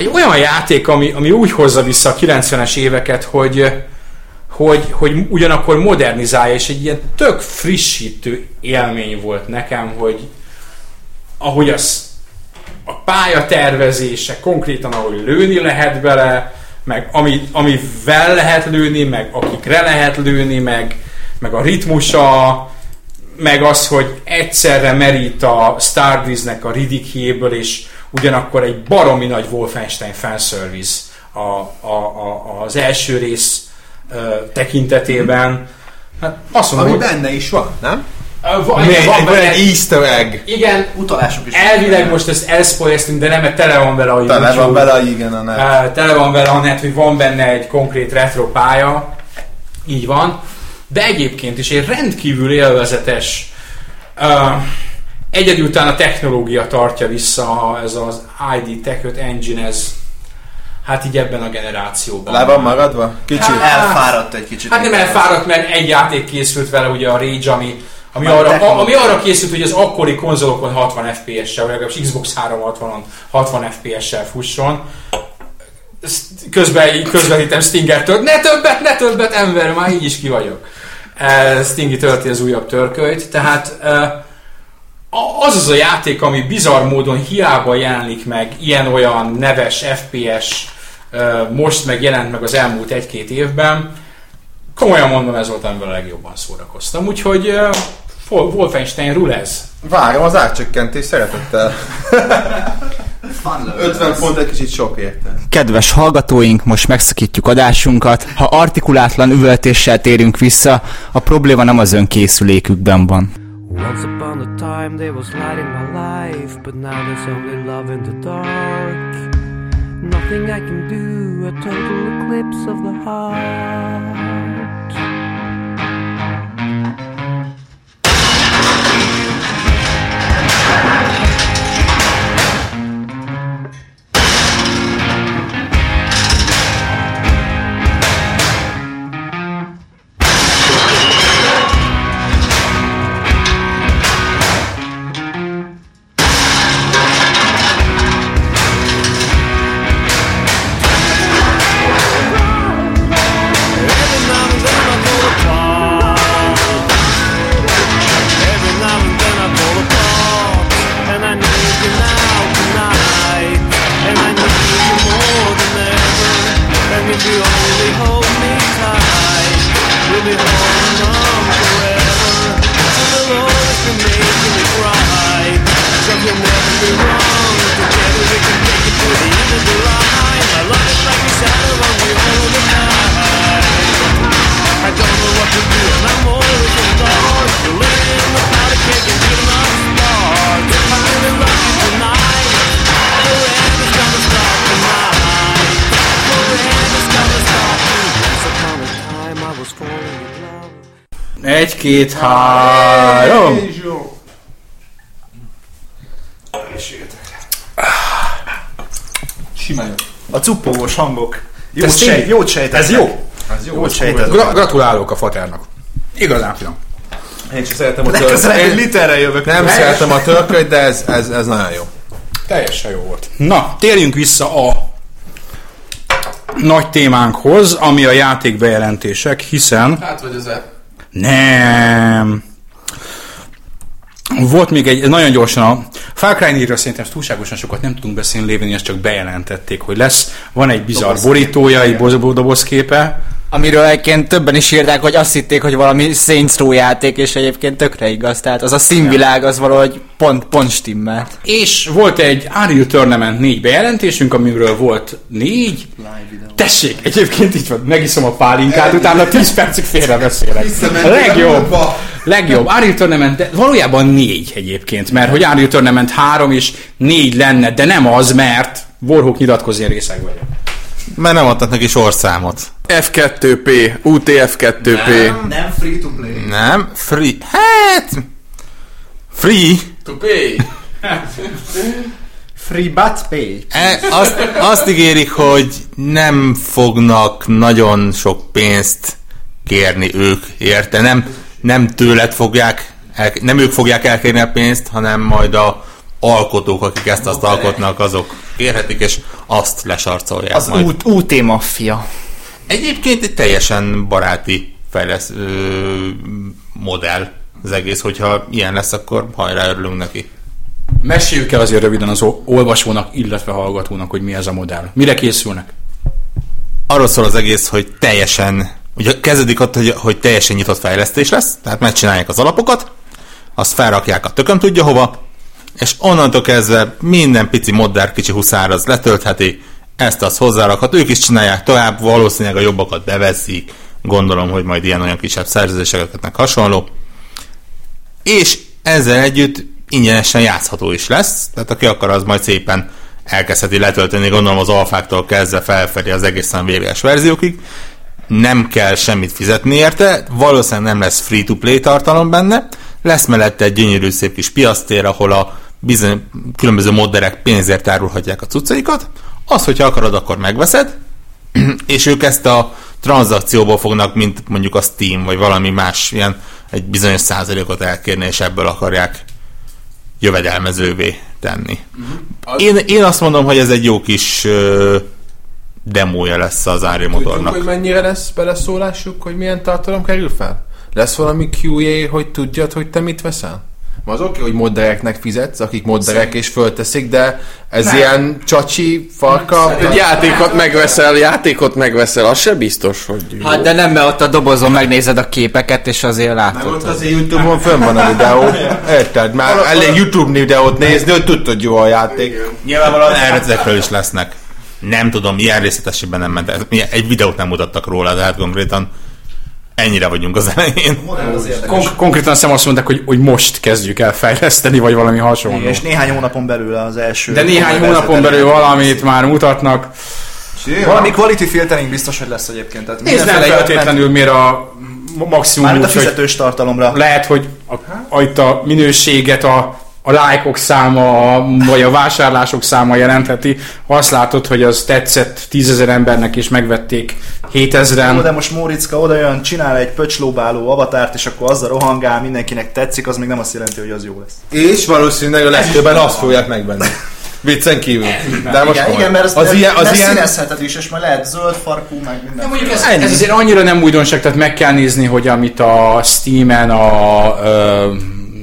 egy olyan játék, ami, ami úgy hozza vissza a kilencvenes éveket, hogy, hogy, hogy ugyanakkor modernizálja, és egy ilyen tök frissítő élmény volt nekem, hogy ahogy az a pályatervezése, konkrétan ahogy lőni lehet bele, meg ami, amivel lehet lőni, meg akikre lehet lőni, meg, meg a ritmusa, meg az, hogy egyszerre merít a Stardust-nek a Riddick-jéből, és ugyanakkor egy baromi nagy Wolfenstein fanservice a, a, a, az első rész uh, tekintetében. Hát azt mondom, ami hogy benne is van, nem? Uh, van, Még, van van egy easter egg. Igen, Utalások is. elvileg most ezt elszpoileztünk, de nem, mert tele van vele a Tele YouTube. van vele, igen, a net. Uh, tele van vele a net, hogy van benne egy konkrét retro pálya. Így van. De egyébként is egy rendkívül élvezetes, uh, egyedül talán a technológia tartja vissza, ez az i dé Tech öt Engine, ez hát így ebben a generációban. Le van maradva? Kicsit. Hát, Elfáradt egy kicsit. Hát nem elfáradt, mert egy játék készült vele, ugye a Rage, ami, ami, Már arra, technológia. ami arra készült, hogy az akkori konzolokon hatvan ef pé es-sel, vagy legalábbis Xbox háromszázhatvanon hatvan ef pé es-sel fusson. Közben közvetítem Stingertől, ne többet, ne többet, ember, már így is ki vagyok. Stingy tölti az újabb törkölyt, tehát az az a játék, ami bizarr módon hiába jelenik meg ilyen-olyan neves ef pé es, most meg jelent meg az elmúlt egy-két évben, komolyan mondom, ez volt, amivel a legjobban szórakoztam, úgyhogy Wolfenstein Rulez. Várom az árcsökkentést szeretettel. ötven pont egy kicsit sok érte. Kedves hallgatóink, most megszakítjuk adásunkat. Ha artikulátlan üvöltéssel térünk vissza, a probléma nem az önkészülékükben van. Once upon a time there was light in my life, but now there's only love in the dark. Nothing I can do, a total eclipse of the heart. Egy, két, három. Simán. A cuppogós hangok. Jó Ez sejt, tény? jót sejtettek. Ez jó. Ez jó. Jót sejtettek. Gra- gratulálok a faternak. Igazán finom. Én sem szeretem a Legközelebb egy törkölyt. literre jövök. Nem Helyes. szeretem a törkölyt, de ez, ez, ez nagyon jó. Teljesen jó volt. Na, térjünk vissza a nagy témánkhoz, ami a játékbejelentések, hiszen... Hát vagy az e... Nem. Volt még egy, nagyon gyorsan a Far Cry négyről szerintem túlságosan sokat nem tudunk beszélni, lévén ezt csak bejelentették, hogy lesz. Van egy bizarr borítója, egy boz- dobozképe. Amiről egyébként többen is írták, hogy azt hitték, hogy valami Saints Row játék, és egyébként tökre igaz. Tehát az a színvilág az valahogy pont, pont stimmelt. És volt egy Unreal Tournament négy bejelentésünk, amiről volt négy. Tessék, egyébként így van, megiszom a pálinkát, utána tíz percig félre beszélek. A legjobb, legjobb. Unreal Tournament, de valójában négy egyébként, mert hogy Unreal Tournament három és négy lenne, de nem az, mert Warhawk nyilatkozni részeg vagyok. Mert nem adtak neki sorszámot. ef kettő pé, u té ef kettő pé. Nem, nem free to play. Nem? Free. Hát... Free. To pay. Free but pay. E, azt, azt ígérik, hogy nem fognak nagyon sok pénzt kérni ők érte. Nem, nem tőled fogják, el, nem ők fogják elkérni a pénzt, hanem majd a alkotók, akik ezt azt alkotnak, azok kérhetik, és azt lesarcolják Az majd. ú té maffia. Egyébként egy teljesen baráti fejlesz ö, modell az egész, hogyha ilyen lesz, akkor hajrá, örülünk neki. Meséljük el azért röviden az olvasónak, illetve hallgatónak, hogy mi ez a modell. Mire készülnek? Arról szól az egész, hogy teljesen, ugye kezdődik ott, hogy, hogy teljesen nyitott fejlesztés lesz, tehát megcsinálják az alapokat, azt felrakják a tököm tudja hova, és onnantól kezdve minden pici modder, kicsi huszár az letöltheti, ezt az hozzárakhat, ők is csinálják tovább, valószínűleg a jobbakat beveszik, gondolom, hogy majd ilyen-olyan kisebb szerződéseket hasonló, és ezzel együtt ingyenesen játszható is lesz, tehát aki akar, az majd szépen elkezdheti letölteni, gondolom az alfáktól kezdve felfelé az egészen véges verziókig, nem kell semmit fizetni érte, valószínűleg nem lesz free-to-play tartalom benne, lesz mellette egy gyönyörű szép kis piasztér, ahol a bizony, különböző modderek pénzért árulhatják a cuccaikat, az, hogyha akarod, akkor megveszed, és ők ezt a tranzakcióból fognak, mint mondjuk a Steam, vagy valami más ilyen egy bizonyos százalékot elkérni, és ebből akarják jövedelmezővé tenni. Uh-huh. Én, én azt mondom, hogy ez egy jó kis uh, demója lesz az Unreal Motornak. Tudjuk, hogy mennyire lesz beleszólásuk, hogy milyen tartalom kerül fel? Lesz valami kú á, hogy tudjad, hogy te mit veszel? Ma az oké, okay, hogy moddereknek fizetsz, akik modderek és fölteszik, de ez nem. Ilyen csacsi, farka... Egy játékot megveszel, játékot megveszel, az se biztos, hogy... Jó. Hát de nem, mert ott a dobozon megnézed a képeket, és azért látod. Mert ott azért YouTube-on fönn van a videó. Érted? Már elég YouTube videót nézni, hogy tudtod jó a játék. Nyilvánvalóan erre is lesznek. Nem tudom, ilyen részletesében nem ment. Egy videót nem mutattak róla, de hát konkrétan ennyire vagyunk az elején. Kon- konkrétan azt azt mondták, hogy, hogy most kezdjük el fejleszteni, vagy valami hasonló. És néhány hónapon belül az első... De néhány hónapon belül valamit már mutatnak. Valami quality filtering biztos, hogy lesz egyébként. Tehát nézd, nem feltétlenül miért a maximum... Mármint a fizetős tartalomra. Lehet, hogy a, a, itt a minőséget a a lájkok száma, a, vagy a vásárlások száma jelentheti. Ha azt látod, hogy az tetszett tízezer embernek, és megvették hétezren. Jó, de most Móriczka oda jön, csinál egy pöcslóbáló avatárt, és akkor azzal rohangál, mindenkinek tetszik, az még nem azt jelenti, hogy az jó lesz. És valószínűleg a legtöbben azt fogják megvenni. Viccen kívül. De most igen, igen, mert az, az ilyen, az ilyen... színezheted is, és majd lehet zöld farkú, meg minden. Mondjuk ez, ez azért annyira nem újdonság, tehát meg kell nézni, hogy amit a Steam-en a... Uh,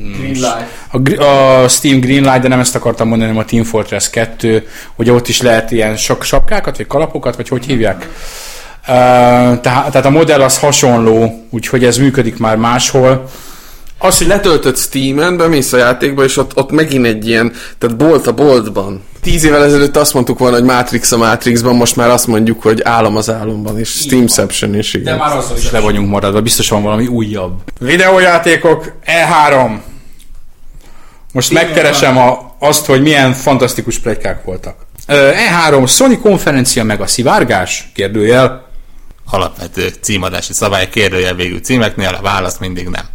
A, a Steam Greenlight, de nem ezt akartam mondani, hanem a Team Fortress kettő, hogy ott is lehet ilyen sok sapkákat, vagy kalapokat, vagy hogy hívják. Uh, tehát, tehát a modell az hasonló, úgyhogy ez működik már máshol. Az, hogy letöltött Steam-en, bemész a játékba, és ott, ott megint egy ilyen, tehát bolt a boltban. Tíz évvel ezelőtt azt mondtuk volna, hogy Matrix a Matrixban, most már azt mondjuk, hogy álom az álomban, és Steamception is, igen. De már azzal is le vagyunk maradva, biztos van valami újabb. Videójátékok, E három. Most igen, megkeresem a, azt, hogy milyen fantasztikus pletykák voltak. E három, Sony konferencia meg a szivárgás? Kérdőjel. Alapvető címadási szabály, kérdőjel végül címeknél, a válasz mindig nem.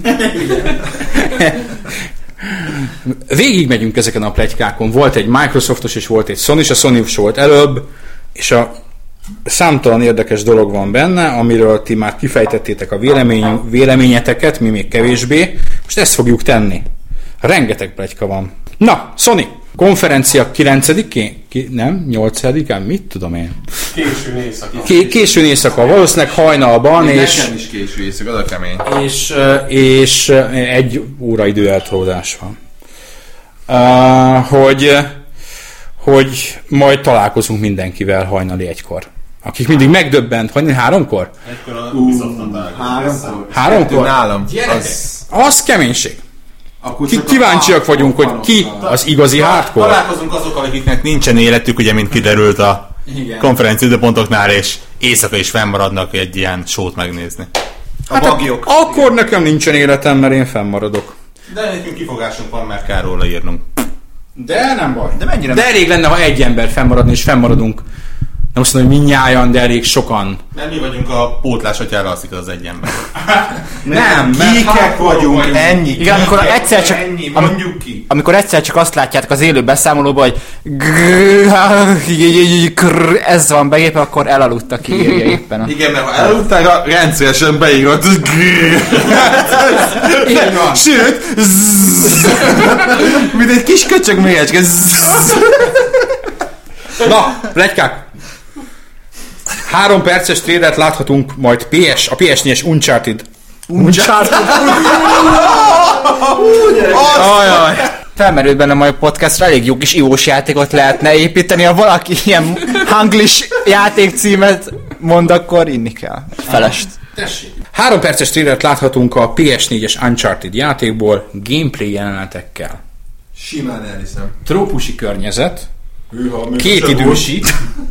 Végig megyünk ezeken a pletykákon. Volt egy Microsoftos és volt egy Sony, a Sony volt előbb, és a számtalan érdekes dolog van benne, amiről ti már kifejtettétek a vélemény, véleményeteket, mi még kevésbé. Most ezt fogjuk tenni. Rengeteg pletyka van. Na, Sony, konferencia kilencedikén? Ki, nem, nyolcadikán? Mit tudom én? Késő éjszaka. Ké, későn éjszaka, valószínűleg hajnalban, még és... Nekem is késő éjszaka, az a kemény. És, és egy óra idő eltolódás van. Uh, hogy, hogy majd találkozunk mindenkivel hajnali egykor. Akik mindig megdöbbent, hajnali háromkor? Egykor a Ubisoft-on Háromkor? Háromkor? Nálam. Az... az keménység. Ki, kíváncsiak vagyunk, hogy ki az igazi hardcore. Találkozunk azokkal, akiknek nincsen életük, ugye, mint kiderült a konferencia időpontoknál, és éjszaka is fennmaradnak egy ilyen sót megnézni. A hát bagyok. Akkor nekem nincsen életem, mert én fennmaradok. De nekünk kifogásunk van, mert kell róla írnunk. De nem baj. De mennyire? De elég lenne, ha egy ember fennmaradna, és fennmaradunk nem azt mondom, hogy mindnyájan, de elég sokan. Nem mi vagyunk a pótlás atyára alszik az egy ember. Nem, Kikek vagyunk, vagyunk, ennyi. Igen, amikor kikek, egyszer csak, ennyi, am, mondjuk ki. amikor egyszer csak azt látjátok az élő beszámolóban, hogy ez van beépve, akkor elaludtak ki írja éppen. A... Igen, mert ha elaludtál, rendszeresen beírod. Sőt, mint egy kis köcsög mélyecske. Na, pletykák! Három perces trélet láthatunk majd pé es, a pé es négyes Uncharted. Uncharted? Ajaj. Felmerült bennem a podcastra, elég jó kis ivós játékot lehetne építeni, ha valaki ilyen hanglis játékcímet mond, akkor inni kell. Felest. Tessék. Három perces trélet láthatunk a pé es négyes Uncharted játékból gameplay jelenetekkel. Simán elhiszem. Trópusi környezet, Hűha, két idősi,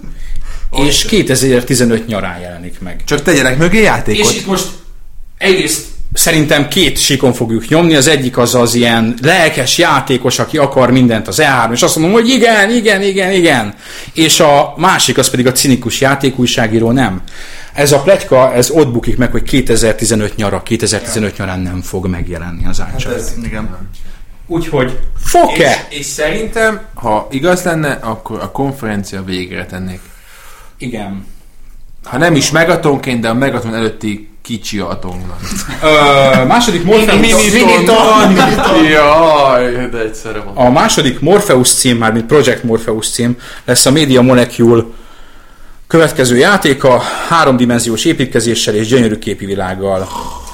és kétezer-tizenöt nyarán jelenik meg. Csak tegyenek mögé játékot. És itt most egyrészt szerintem két síkon fogjuk nyomni, az egyik az az ilyen lelkes játékos, aki akar mindent az E három, és azt mondom, hogy igen, igen, igen, igen. És a másik az pedig a cinikus játékújságíró, nem. Ez a pletyka, ez ott bukik meg, hogy kétezer-tizenöt nyara, kétezer-tizenöt nyarán nem fog megjelenni az Uncharted. Hát ez, igen. Úgyhogy fog-e? És, és szerintem, ha igaz lenne, akkor a konferencia végére tennék. Igen. Ha nem is megatonként, de a megaton előtti kicsi atomban. Ö, második Morpheus... Miniton! Jaj, de egyszerre van. A második Morpheus cím, már mint Project Morpheus cím, lesz a Media Molecule következő játéka, háromdimenziós építkezéssel és gyönyörű képi világgal.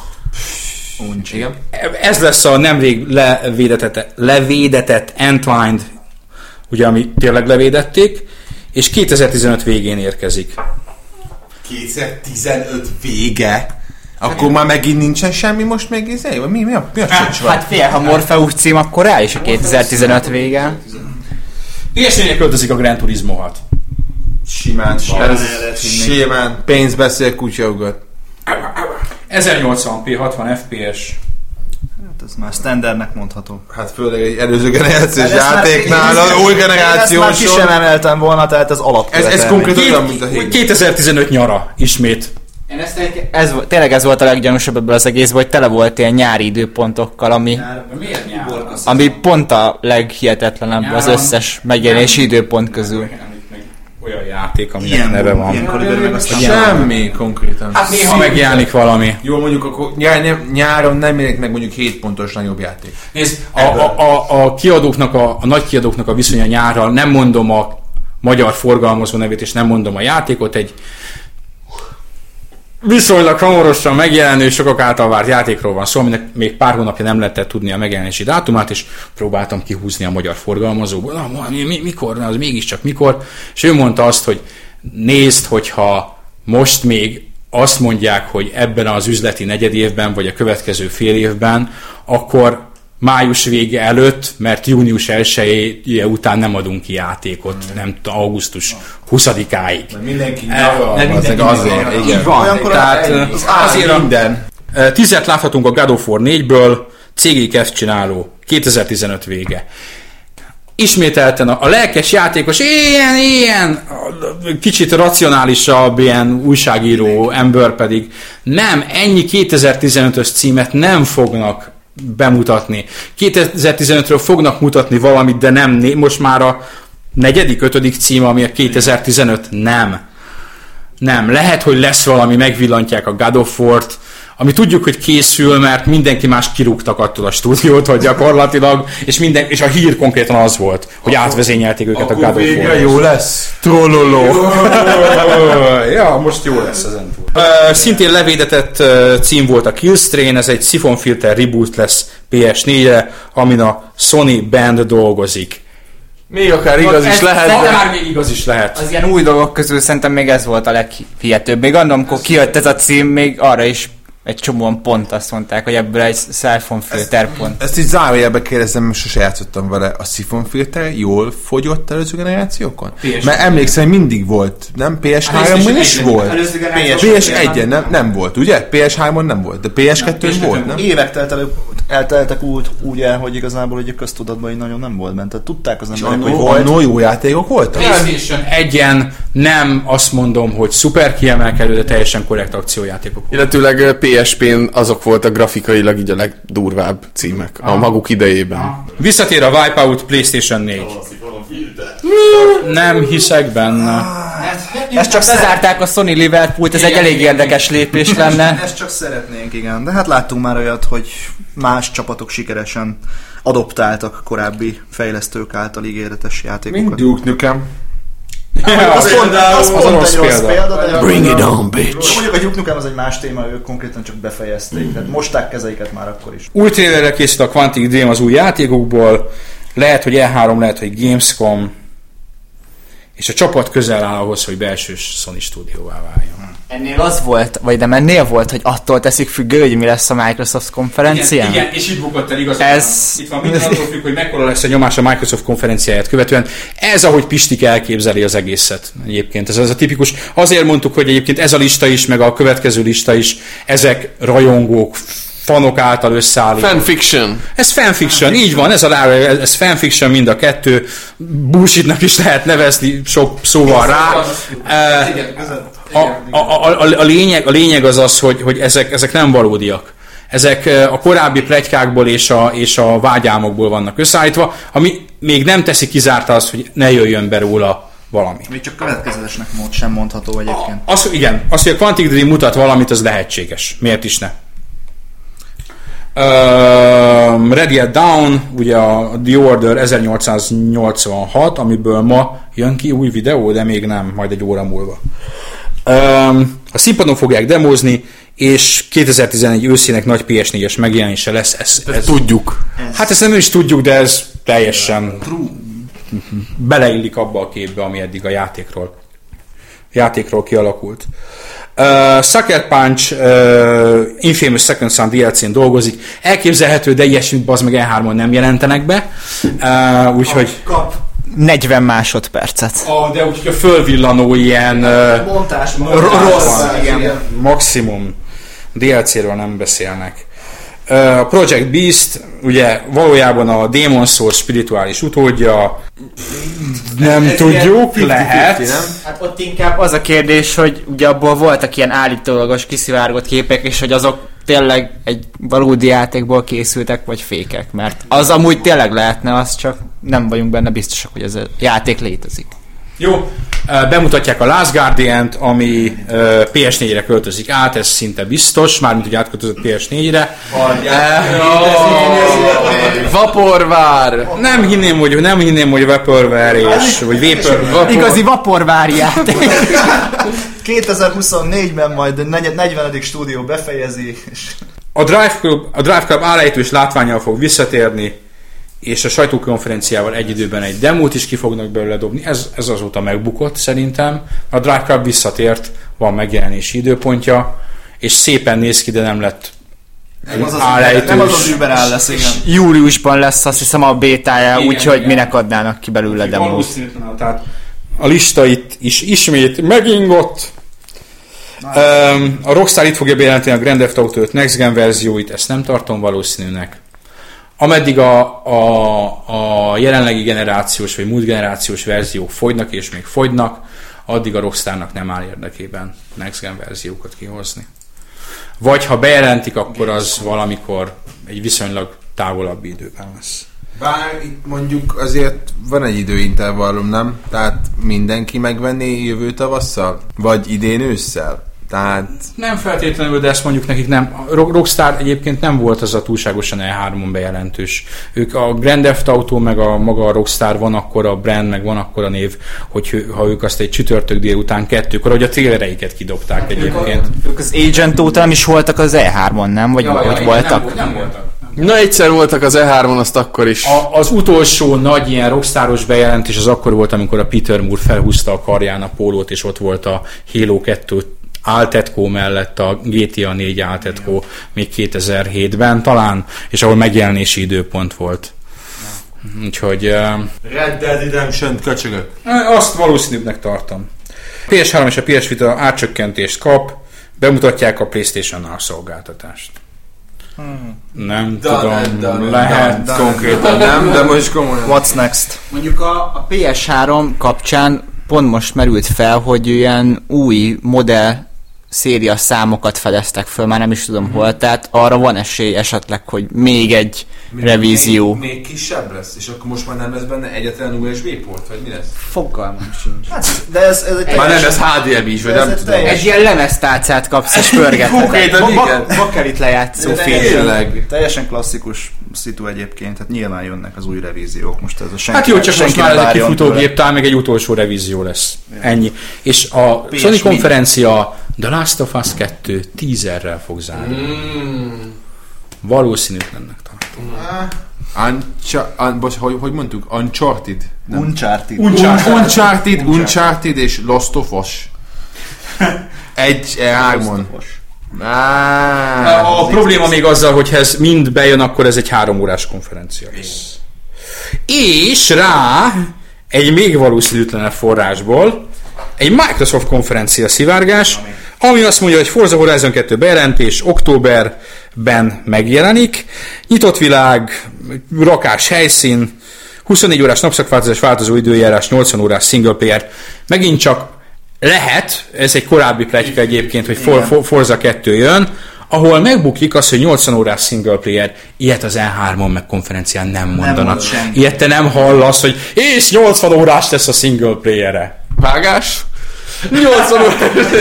Uncs, igen. Ez lesz a nemrég levédetett, levédetett Entwined, ugye, ami tényleg levédették, és kétezer-tizenöt végén érkezik. kétezer-tizenöt vége? Akkor már megint nincsen semmi most még izé? Mi, mi a, mi a csöcs van? Hát fél, ha Morpheus cím, akkor rá is a kétezer-tizenöt vége. pé es négyre költözik a Gran Turismo hat. Simán, simán, simán. Pénz beszél, kutyaugat. ezernyolcvan pé, hatvan ef pé es. Hát ez már standardnek mondható. Hát főleg egy előző generációs Hát játéknál, az új generációs. Ezt már ki sem emeltem volna, tehát ez alapkövetelmény. Ez, ez konkrétan olyan, mint a hét. kétezer-tizenöt nyara, ismét. Én ezt, ez, tényleg ez volt a leggyanúsabb ebből az egészből, hogy tele volt ilyen nyári időpontokkal, ami, Miért nyáron? ami pont a leghihetetlenebb az összes megjelenési időpont közül. Olyan játék, aminek Ilyen neve van. Ilyenkor időre meg aztán Semmi konkrétan. Hát néha megjelenik valami. Jó, mondjuk akkor nyár, nyáron nem jelenik meg mondjuk hét pontos nagyobb játék. Nézd, a, a, a, a kiadóknak, a, a nagy kiadóknak a viszonya nyárral, nem mondom a magyar forgalmazó nevét, és nem mondom a játékot, egy viszonylag hamarosan megjelenő, sokak által várt játékról van szó, aminek még pár hónapja nem lehetett tudni a megjelenési dátumát, és próbáltam kihúzni a magyar forgalmazóból. Na, mi, mi, mikor, na, az mégiscsak mikor? És ő mondta azt, hogy nézd, hogyha most még azt mondják, hogy ebben az üzleti negyedévben, vagy a következő fél évben, akkor május vége előtt, mert június elseje után nem adunk ki játékot, nem tudom, augusztus huszadikáig. Mindenki Nem mindenki azért, igen. Így van. Olyankor Tehát ennyi. azért a, minden. tízet láthatunk a God of War négyből, cé gé Keft csináló, kétezer-tizenöt vége. Ismételten a, a lelkes játékos, ilyen, ilyen, kicsit racionálisabb, ilyen újságíró ember pedig nem, ennyi kétezer-tizenötös címet nem fognak bemutatni. kétezer-tizenötről fognak mutatni valamit, de nem, most már a negyedik, ötödik cím, ami a kétezer-tizenöt, nem. Nem. Lehet, hogy lesz valami, megvillantják a God of War-t, ami tudjuk, hogy készül, mert mindenki más kirúgtak attól a stúdiót, hogy gyakorlatilag, és, minden, és a hír konkrétan az volt, hogy átvezényelték őket a God of War-t. Akkor jó lesz. Trolloló. Ja, most jó lesz ezen túl. Uh, szintén levédetett uh, cím volt a Killstrain, ez egy Siphon Filter reboot lesz pé es négyre, amin a Sony Band dolgozik. Még akár igaz is ez lehet, De de... már még igaz is lehet. Az ilyen új dolgok közül szerintem még ez volt a leghihetőbb. Még annól, amikor kijött ez a cím, még arra is egy csomóan pont azt mondták, hogy ebből egy Siphon Filter pont. Ezt így zárójelbe kérdezem, mert sose játszottam vele. A Siphon Filter jól fogyott előző generációkon? pé es Mert emlékszem, hogy mindig volt. Nem? pé es háromon is volt. pé es egyen nem, nem volt, ugye? pé es háromon nem volt, de pé es kettőn volt, nem? Évek telt elő, elteltek úgy, úgy el, hogy igazából egy köztudatban így nagyon nem volt bent. Tehát tudták az emberek, hogy volt. Annó jó játékok voltak? PlayStation egyen nem azt mondom, hogy szuper kiemelkedő, de teljesen korrekt akciójátékok. Illetőleg pé es pén azok voltak grafikailag így a legdurvább címek a maguk idejében. Aha. Visszatér a Wipeout PlayStation négy. Nem hiszek benne. Ezt csak lezárták a Sony Liverpoolt, ez egy elég érdekes lépés lenne. Ezt csak szeretnénk, igen. De hát láttunk már olyat, hogy más csapatok sikeresen adoptáltak korábbi fejlesztők által ígéretes játékokat. Mint Duke Nukem. Ja, az pont, az pont rossz egy rossz példa. példa. De Bring it on, bitch! Mondjuk a Duke Nukem az egy más téma, ők konkrétan csak befejezték. Tehát mosták kezeiket már akkor is. Új trailerre készült a Quantic Dream az új játékokból. Lehet, hogy E három, lehet, hogy Gamescom. És a csapat közel áll ahhoz, hogy belsős Sony stúdióvá váljon. Ennél az volt, vagy nem ennél volt, hogy attól teszik függő, hogy mi lesz a Microsoft konferencián? Igen, igen, és így bukott el igazán. Ez... Itt van minden attól függ, hogy mekkora lesz a nyomás a Microsoft konferenciáját követően. Ez, ahogy Pistik elképzeli az egészet egyébként. Ez az a tipikus. Azért mondtuk, hogy egyébként ez a lista is, meg a következő lista is, ezek rajongók, fanok által összeállított. Fanfiction. Ez fanfiction, így van, ez, a, ez fanfiction mind a kettő. Bullshitnak is lehet nevezni sok szóval rá. A, a, a, a, a, lényeg, a lényeg az az, hogy, hogy ezek, ezek nem valódiak. Ezek a korábbi pletykákból és a, és a vágyálmokból vannak összeállítva, ami még nem teszi kizárta azt, hogy ne jöjjön be róla valami. Még csak következetesnek mód sem mondható egyébként. A, az, igen, az, hogy a Quantic Dream mutat valamit, az lehetséges. Miért is ne? Uh, Ready Down, ugye a The Order ezernyolcszáznyolcvanhat, amiből ma jön ki új videó, de még nem, majd egy óra múlva. Uh, a színpadon fogják demózni, és kétezer-tizenegy őszének nagy pé es négyes megjelenése lesz. Ez, ez, tudjuk. Hát ezt nem is tudjuk, de ez teljesen beleillik abba a képbe, ami eddig a játékról, játékról kialakult. Uh, Sucker Punch uh, Infamous Second Son dé el cén dolgozik. Elképzelhető, de ilyesmit bazd meg E hármon nem jelentenek be. Uh, úgyhogy... Kap negyven másodpercet. A, de úgyhogy a fölvillanó ilyen... Uh, montás, rossz, igen. igen. Maximum dé el céről nem beszélnek. Uh, a Project Beast, ugye valójában a Demon's Souls spirituális utódja. Nem ez tudjuk, lehet. Nem? Hát ott inkább az a kérdés, hogy ugye abból voltak ilyen állítólagos kiszivárgott képek, és hogy azok tényleg egy valódi játékból készültek, vagy fékek, mert az amúgy tényleg lehetne, az csak nem vagyunk benne biztosak, hogy ez a játék létezik. Jó, bemutatják a Last Guardian-t, ami pé es négyre költözik át, ez szinte biztos, mármint hogy átköltözött pé es négyre. Vaporvár! Nem hinném, hogy nem hinném, hogy Vaporware és vagy Vapor, Vapor. Igazi vaporvár játék. kétezer-huszonnégyben majd negyvenedik stúdió befejezi. És... A Drive Club, a Drive Club állejtős látvánnyal fog visszatérni, és a sajtókonferenciával egy időben egy demót is ki fognak belőle dobni. Ez, ez azóta megbukott szerintem. A Drive Club visszatért, van megjelenési időpontja, és szépen néz ki, de nem lett nem az az, Uber, nem az az Uber áll lesz, igen. Júliusban lesz azt hiszem a bétája, úgyhogy minek adnának ki belőle demót. Tehát a lista itt is ismét megingott. Um, a Rockstar itt fogja bejelenteni a Grand Theft Auto öt Next Gen verzióit, ezt nem tartom valószínűnek. Ameddig a, a, a jelenlegi generációs vagy múlt generációs verziók fogynak és még fogynak, addig a Rockstarnak nem áll érdekében Next Gen verziókat kihozni. Vagy ha bejelentik, akkor az valamikor egy viszonylag távolabbi időben lesz. Bár itt mondjuk azért van egy időintervallum, nem? Tehát mindenki megvenné jövő tavasszal? Vagy idén ősszel? Tehát... Nem feltétlenül, de ezt mondjuk nekik nem. A Rockstar egyébként nem volt az a túlságosan E hármon bejelentős. Ők a Grand Theft Auto, meg a maga a Rockstar, van akkor a brand, meg van akkor a név, hogy ha ők azt egy csütörtök délután kettőkor, hogy a trailereiket kidobták hát egyébként. Ők, ők az Agent óta nem is voltak az E hármon, nem? Vagy, ja, vagy ja, voltak? Nem, nem voltak. Na egyszer voltak az E hármon, azt akkor is. A, az utolsó nagy ilyen rockstaros bejelentés az akkor volt, amikor a Peter Moore felhúzta a karján a pólót, és ott volt a Halo kettő Altetco mellett a gé té á négy Altetco még kétezer-hétben talán, és ahol megjelenési időpont volt. Ja. Úgyhogy... Uh, Red Dead Redemption köcsögök. Azt valószínűbbnek tartom. A pé es három és a pé es Vita árcsökkentést kap, bemutatják a PlayStation-nál szolgáltatást. Nem Da, tudom, da, da, lehet. da, da, konkrétan nem, de most komolyan. What's next? Mondjuk a, a pé es három kapcsán pont most merült fel, hogy ilyen új modell széria számokat fedeztek föl, már nem is tudom mm-hmm. hol, tehát arra van esély esetleg, hogy még egy még, revízió. Még, még kisebb lesz, és akkor most már nem lesz benne egyetlen u es bé port, vagy mi lesz? Fogalmam sincs. Hát, de ez, ez egy már nem lesz há dé em i is, vagy nem tudom. Egy ilyen lemeztálcát kapsz és pörgetnek. Konkrétan igen. Bakelit lejátszó film. Tényleg. Teljesen klasszikus szitu egyébként, hát nyilván jönnek az új revíziók most ez a senki. Hát jó, csak most már ez egy kifutógép, talán még egy utolsó revízió lesz. Ja. Ennyi. És a pé es Sony konferencia The Last of Us kettő teaserrel fog zárni. Mm. Valószínűtlennek tartom. Mm. Uncha- un- bocs, hogy, hogy mondtuk? Uncharted? Nem. Uncharted. Uncharted. Uncharted, Uncharted és Last of Us. Egy e hármon. A, a probléma még azzal, hogy ez mind bejön, akkor ez egy három órás konferencia lesz. És rá egy még valószínűtlenebb forrásból egy Microsoft konferencia szivárgás, ami azt mondja, hogy Forza Horizon kettő bejelentés októberben megjelenik, nyitott világ, rakás helyszín, huszonnégy órás napszakváltozás, változó időjárás, nyolcvan órás single player. Megint csak lehet, ez egy korábbi pletyka egyébként, hogy For, For, Forza kettő jön, ahol megbukik az, hogy nyolcvan órás single player, ilyet az E hármon meg konferencián nem mondanak. Nem ilyet te nem hallasz, hogy és nyolcvan órás lesz a single player-e. Vágás? nyolcvan órás.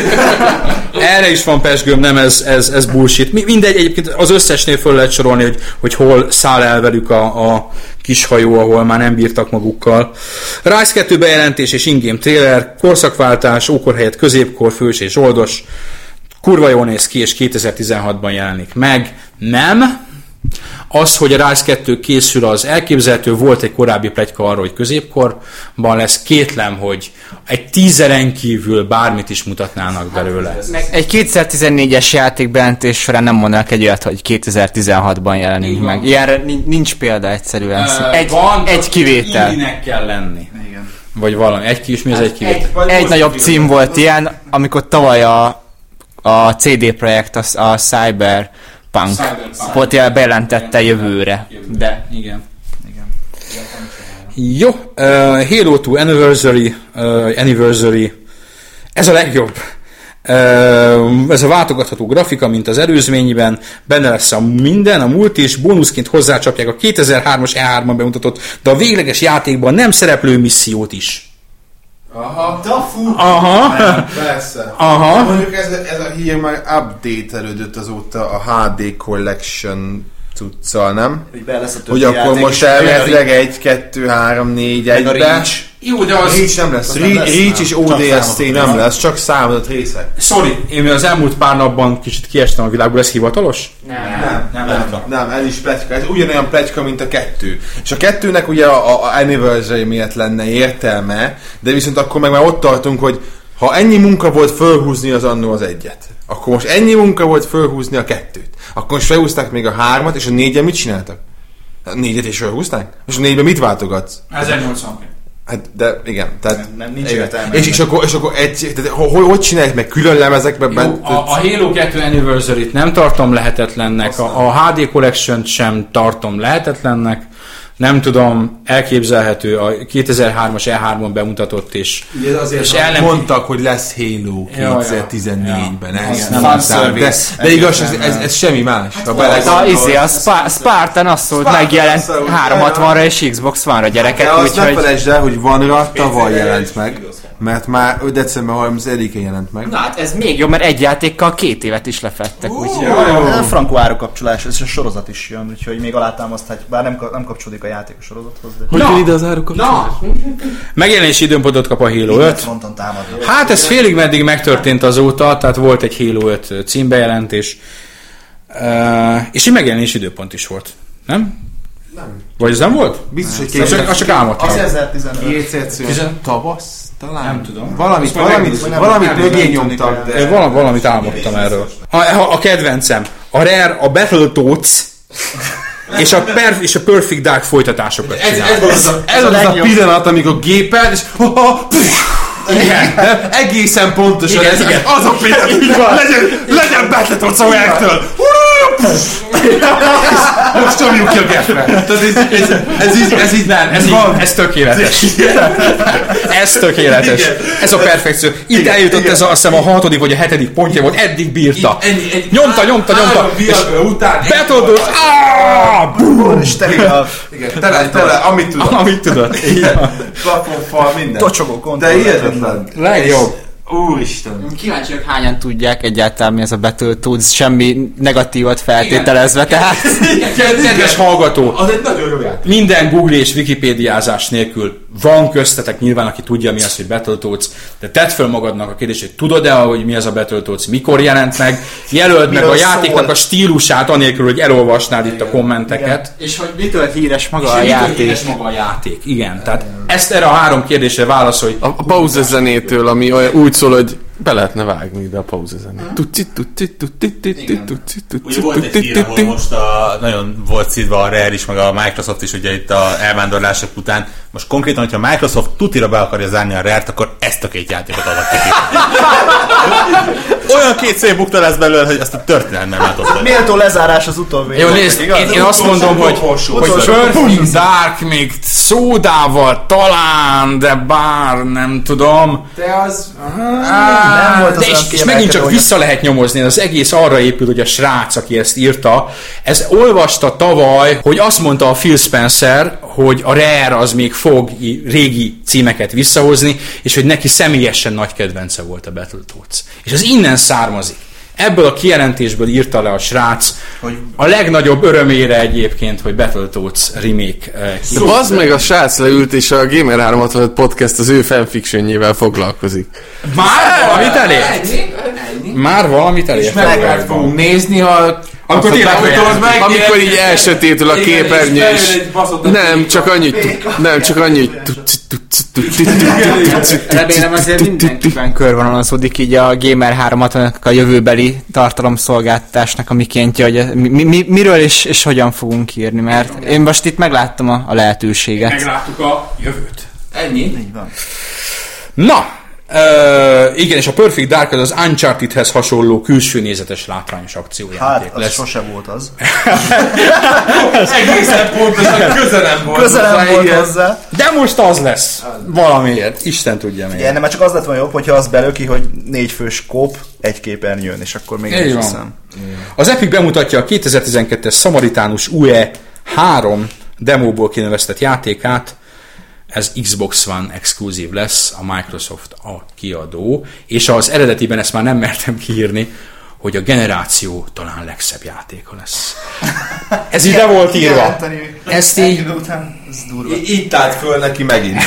Erre is van pezsgőm, nem, ez, ez, ez bullshit. Mindegy, egyébként az összesnél föl lehet sorolni, hogy, hogy hol száll el velük a, a kis hajó, ahol már nem bírtak magukkal. Rise kettő bejelentés és in-game trailer, korszakváltás, ókor helyett középkor, fős és oldos. Kurva jól néz ki, és kétezer-tizenhatban jelenik meg. Nem. Az, hogy a Rise kettő készül, az elképzelhető, volt egy korábbi pletyka arról, hogy középkorban lesz, kétlem, hogy egy tízeren kívül bármit is mutatnának belőle. Egy kétezer-tizennégyes játékbejelentés során nem mondanak egy olyat, hogy kétezer-tizenhatban jelenik meg. Ilyenre nincs példa egyszerűen. Uh, egy, van, egy kivétel. Indinek kell lenni. Igen. Vagy valami. Egy kis, mi az egy kivétel? Egy, egy nagyobb cím volt ilyen, amikor tavaly a, a cé dé Projekt, a, a Cyber Punk volt bejelentette jövőre. De igen. Igen. Jó, uh, Halo kettő Anniversary, uh, Anniversary. Ez a legjobb. Uh, ez a váltogatható grafika, mint az előzményben, benne lesz a minden, a multi is, bónuszként hozzácsapják a kétezer-hármas E háromban bemutatott, de a végleges játékban nem szereplő missziót is. Aha. Da fú. Aha. Nem, persze. Aha. Mondjuk ez, ez a hír már update-elődött azóta a há dé Collection cuccal, nem? Hogy, be lesz a hogy akkor most elméletileg egy, kettő, három, négy, egybe. Jó, de az... Reach nem lesz. Az Reach, nem lesz, Reach és o dé es té nem lesz, csak számozott részek. Sorry, én az elmúlt pár napban kicsit kiestem a világból, ez hivatalos? Nem. Nem, nem, nem, nem, nem, ez is pletyka. Ez ugyanolyan pletyka, mint a kettő. És a kettőnek ugye a, a Anniversary miatt lenne értelme, de viszont akkor meg már ott tartunk, hogy ha ennyi munka volt fölhúzni az annó az egyet, akkor most ennyi munka volt fölhúzni a kettőt. Akkor most felhúzták még a hármat, és a négyen mit csináltak? A négyet is felhúzták? És a négyben mit váltogatsz? ezernyolcvan. Hát, de igen, tehát... Nem, nem nincs igen. értelme. És, és, akkor, és akkor egy... Tehát, hogy, hogy csinálják meg külön lemezekben? Jó, a, a Halo kettő Anniversary-t nem tartom lehetetlennek, a, a há dé Collection-t sem tartom lehetetlennek, nem tudom, elképzelhető a kétezer-hármas E háromon bemutatott és... Ugye azért és el nem mondtak, hogy lesz Halo kétezer-tizennégyben. Ja, ja. Ez nem fan számít. De, de igaz, ez, ez, ez semmi más. Hát a, izé, a Sp- Spartan azt szólt, megjelent háromszázhatvanra és Xbox One-ra gyerekek. De azt ne úgy, felejtsd el, hogy One-ra tavaly jelent meg. Mert már december harmincadikán jelent meg. Na hát ez még jobb, mert egy játékkal két évet is lefettek. Uh, frankó árukapcsolás, ez a sorozat is jön, úgyhogy még alátámaszthatjuk, bár nem, nem kapcsolódik a játék a sorozathoz. De... Hogy jön ide az árukapcsolás? Megjelenési időpontot kap a Halo öt. Hát ez félig meddig megtörtént azóta, tehát volt egy Halo öt címbejelentés. Uh, és egy megjelenési időpont is volt. Nem? Nem. Vagy ez nem volt? Biztos, hogy Azt csak, csak álmodtam. kétezer-tizenöt. Tavasz? Talán? Nem tudom. Valamit, valamit, valamit, valamit mögé nyomtak, de... Val- valamit álmodtam erről. A, a, a kedvencem. A Rare, a Battletoads és a, perf- és a Perfect Dark folytatásokat Ez, csinál. ez, az, a, ez az a pillanat, amikor géped, és... Igen, de egészen pontosan igen, ez, igen. az a pillanat, legyen, legyen Battletoads a Rare-től! Most csomjuk ki a Gefre. Ez, ez, ez, így, ez így nem, Ez, így, ez tökéletes. Ez tökéletes. Ez a perfekció. Itt eljutott ez a, azt hiszem a hatodik vagy a hetedik pontja volt, eddig bírta. Nyomta, nyomta, nyomta. Betolódott. És teli a... Igen, tele, tele, amit tudod. Amit tudod. Plafonfal, minden. Tocsogó kontroll. De hihetetlen. Legjobb. Úristen. Kíváncsiak, hányan tudják egyáltalán mi ez a Battletoads, semmi negatívat feltételezve, tehát... Kedves hallgató, Az egy nagyon jó játék. minden Google és Wikipédiázás nélkül van köztetek nyilván, aki tudja mi az, hogy Battletoads, de tedd föl magadnak a kérdést, hogy tudod-e, hogy mi az a Battletoads, mikor jelent meg, jelöld meg a játéknak szól? A stílusát, anélkül, hogy elolvasnád itt a kommenteket. És hogy mitől híres maga a És játék. híres maga a játék, igen. Tehát ezt erre a három kérdésre válaszolj. A, a pauze zenétől, ami olyan, úgy szól, hogy be lehetne vágni ide a pauze zenét. Tuci, tuci, tuci, tuci, tuci, Ugye volt egy hír, ahol most a, nagyon volt szidva a Rare is, meg a Microsoft is ugye itt a elvándorlások után. Most konkrétan, hogyha a Microsoft tutira be akarja zárni a Rare-t, akkor ezt a két játékot adatja ki. Olyan két szép bukta lesz belőle, hogy ezt a történelmet látott. Méltó lezárás az utóbbi. Jó, nézd, én, én azt mondom, hogy, hogy Perfect Dark még szódával talán, de bár nem tudom. De az... Nem volt az De és, és megint csak vissza lehet nyomozni, az egész arra épül, hogy a srác, aki ezt írta, ez olvasta tavaly, hogy azt mondta a Phil Spencer, hogy a Rare az még fog régi címeket visszahozni, és hogy neki személyesen nagy kedvence volt a Battletoads. És az innen származik. Ebből a kijelentésből írta le a srác, hogy a legnagyobb örömére egyébként, hogy Battletoads remake. De az meg a srác leült, és a Gamer háromszázhatvanöt podcast az ő fanfictionjével foglalkozik. Már valamit elért? Már valamit elért? Meg fogunk nézni, ha... Amikor tényleg meg, amikor így elsötétül a képernyő, és nem, csak annyit, nem, csak annyit, Remélem azért mindenkiben körvonalazódik így a Gamer háromszázhatvanötnek a jövőbeli tartalomszolgáltatásnak a mikéntje, hogy mi, mi, miről és, és hogyan fogunk írni, mert én most itt megláttam a, a lehetőséget. Megláttuk a jövőt. Ennyi? Így van. Na, Uh, igen, és a Perfect Dark az az Uncharted-hez hasonló külső nézetes látványos akciójáték Hát, az lesz. sose volt az. Egészen pontosan közelem volt. Közelem volt hozzá. De most az lesz. Valamiért. Isten tudja miért. Igen, nem, csak az lett volna jobb, hogyha az belöki, hogy négy fős kóp egy képernyőn, és akkor még nem is hiszem. Az Epic bemutatja a kétezer-tizenkettes Szamaritánus u e három demóból kineveztett játékát. Ez Xbox One exkluzív lesz, a Microsoft a kiadó, és az eredetiben ezt már nem mertem kiírni, hogy a generáció talán legszebb játéka lesz. Ez ide volt írva. Ezt így... Ez durva. Itt állt föl neki megint.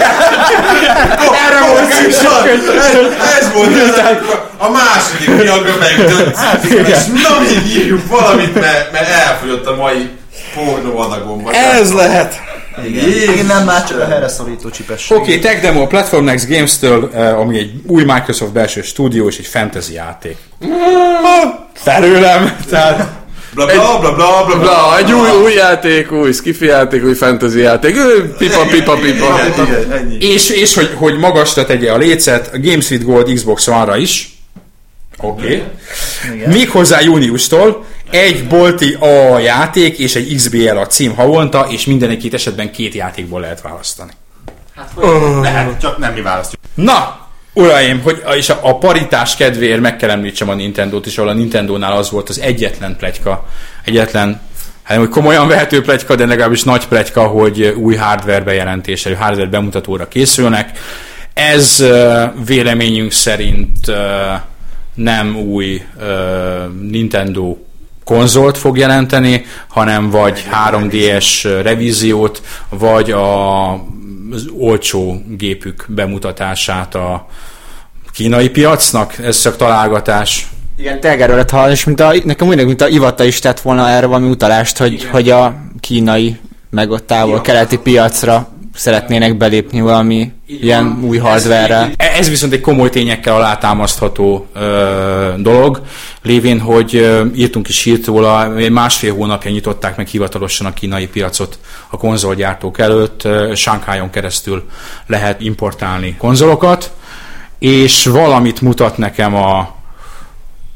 Erre volt szükség. Ez volt a második diagra megdönt. És na még írjuk valamit, mert, mert elfogyott a mai pornó adagomban. Ez lehet. Igen. Én nem már csak a helyre szorító csipesség. Oké, okay, tech demo a Platform Next Games-től, ami egy új Microsoft belső stúdió és egy fantasy játék. Felőlem, tehát... Bla bla bla bla bla bla, egy új, új játék, új skifi játék, új fantasy játék, pipa, pipa, pipa. És, és hogy, hogy magasra tegye a lécet, a Games with Gold Xbox One-ra is. Oké. Okay. Méghozzá júniustól egy bolti A játék és egy iksz bé el a cím havonta, és minden két esetben két játékból lehet választani. Hát, oh. Lehet, csak nem mi választjuk. Na, uraim, hogy, és a, a paritás kedvéért meg kell említsem a Nintendót is, ahol a Nintendónál az volt az egyetlen pletyka, egyetlen, hát hogy komolyan vehető pletyka, de legalábbis nagy pletyka, hogy új hardware bejelentéssel, hardware bemutatóra készülnek. Ez véleményünk szerint nem új Nintendo konzolt fog jelenteni, hanem vagy három dé es revíziót, vagy a, az olcsó gépük bemutatását a kínai piacnak. Ez csak találgatás. Igen, tényleg erről lett hallani, és mint a, nekem úgy, mint a Iwata is tett volna erre valami utalást, hogy, hogy a kínai, meg a távol-keleti piacra szeretnének belépni valami ilyen új hardware-rel. Ez, ez viszont egy komoly tényekkel alátámasztható ö, dolog, lévén, hogy ö, írtunk is hírt róla, másfél hónapja nyitották meg hivatalosan a kínai piacot a konzolgyártók előtt, ö, Shanghai-on keresztül lehet importálni konzolokat, és valamit mutat nekem a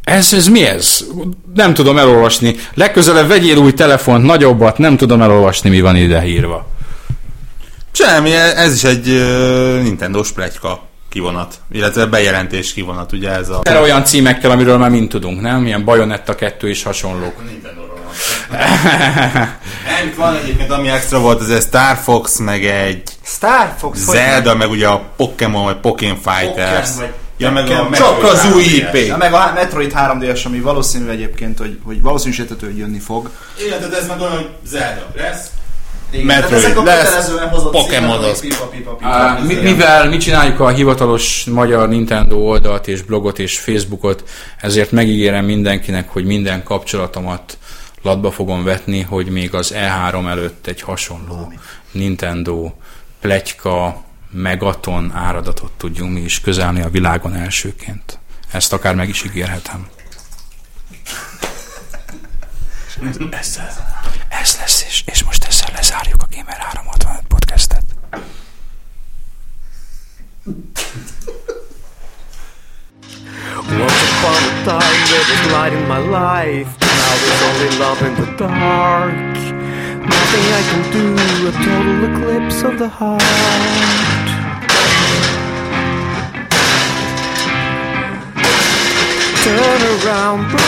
Ez, ez mi ez? Nem tudom elolvasni. Legközelebb vegyél új telefont, nagyobbat, nem tudom elolvasni, mi van ide írva. Semmi, ez is egy uh, Nintendo-s pletyka kivonat, illetve bejelentés kivonat, ugye ez a... Erre olyan címekkel, amiről már mind tudunk, nem? Ilyen Bayonetta kettő és hasonlók. Nintendo-ról van. Nem, van egyébként, ami extra volt, az egy Star Fox, meg egy Star Fox, Zelda, meg ugye a Pokémon, vagy Pokémon Fighters. Pokémon, Ja, meg a Csak az új I P. Ja, meg a Metroid három dé es, ami valószínű egyébként, hogy, hogy valószínűsíthető, hogy jönni fog. Igen, tehát ez meg olyan, hogy Zelda lesz. Igen, Metroid lesz, Pokémon az. Uh, mi, mivel mi csináljuk a hivatalos magyar Nintendo oldalt és blogot és Facebookot, ezért megígérem mindenkinek, hogy minden kapcsolatomat latba fogom vetni, hogy még az E három előtt egy hasonló Nintendo pletyka Megaton áradatot tudjunk mi is közelni a világon elsőként. Ezt akár meg is ígérhetem. Ezzel, ez lesz, és, és most ezzel lezárjuk a Gamer háromszázhatvanöt podcastet. Once upon a time there was light in my life. Now there's only love in the dark. Nothing I can do, a total eclipse of the heart. Turn around,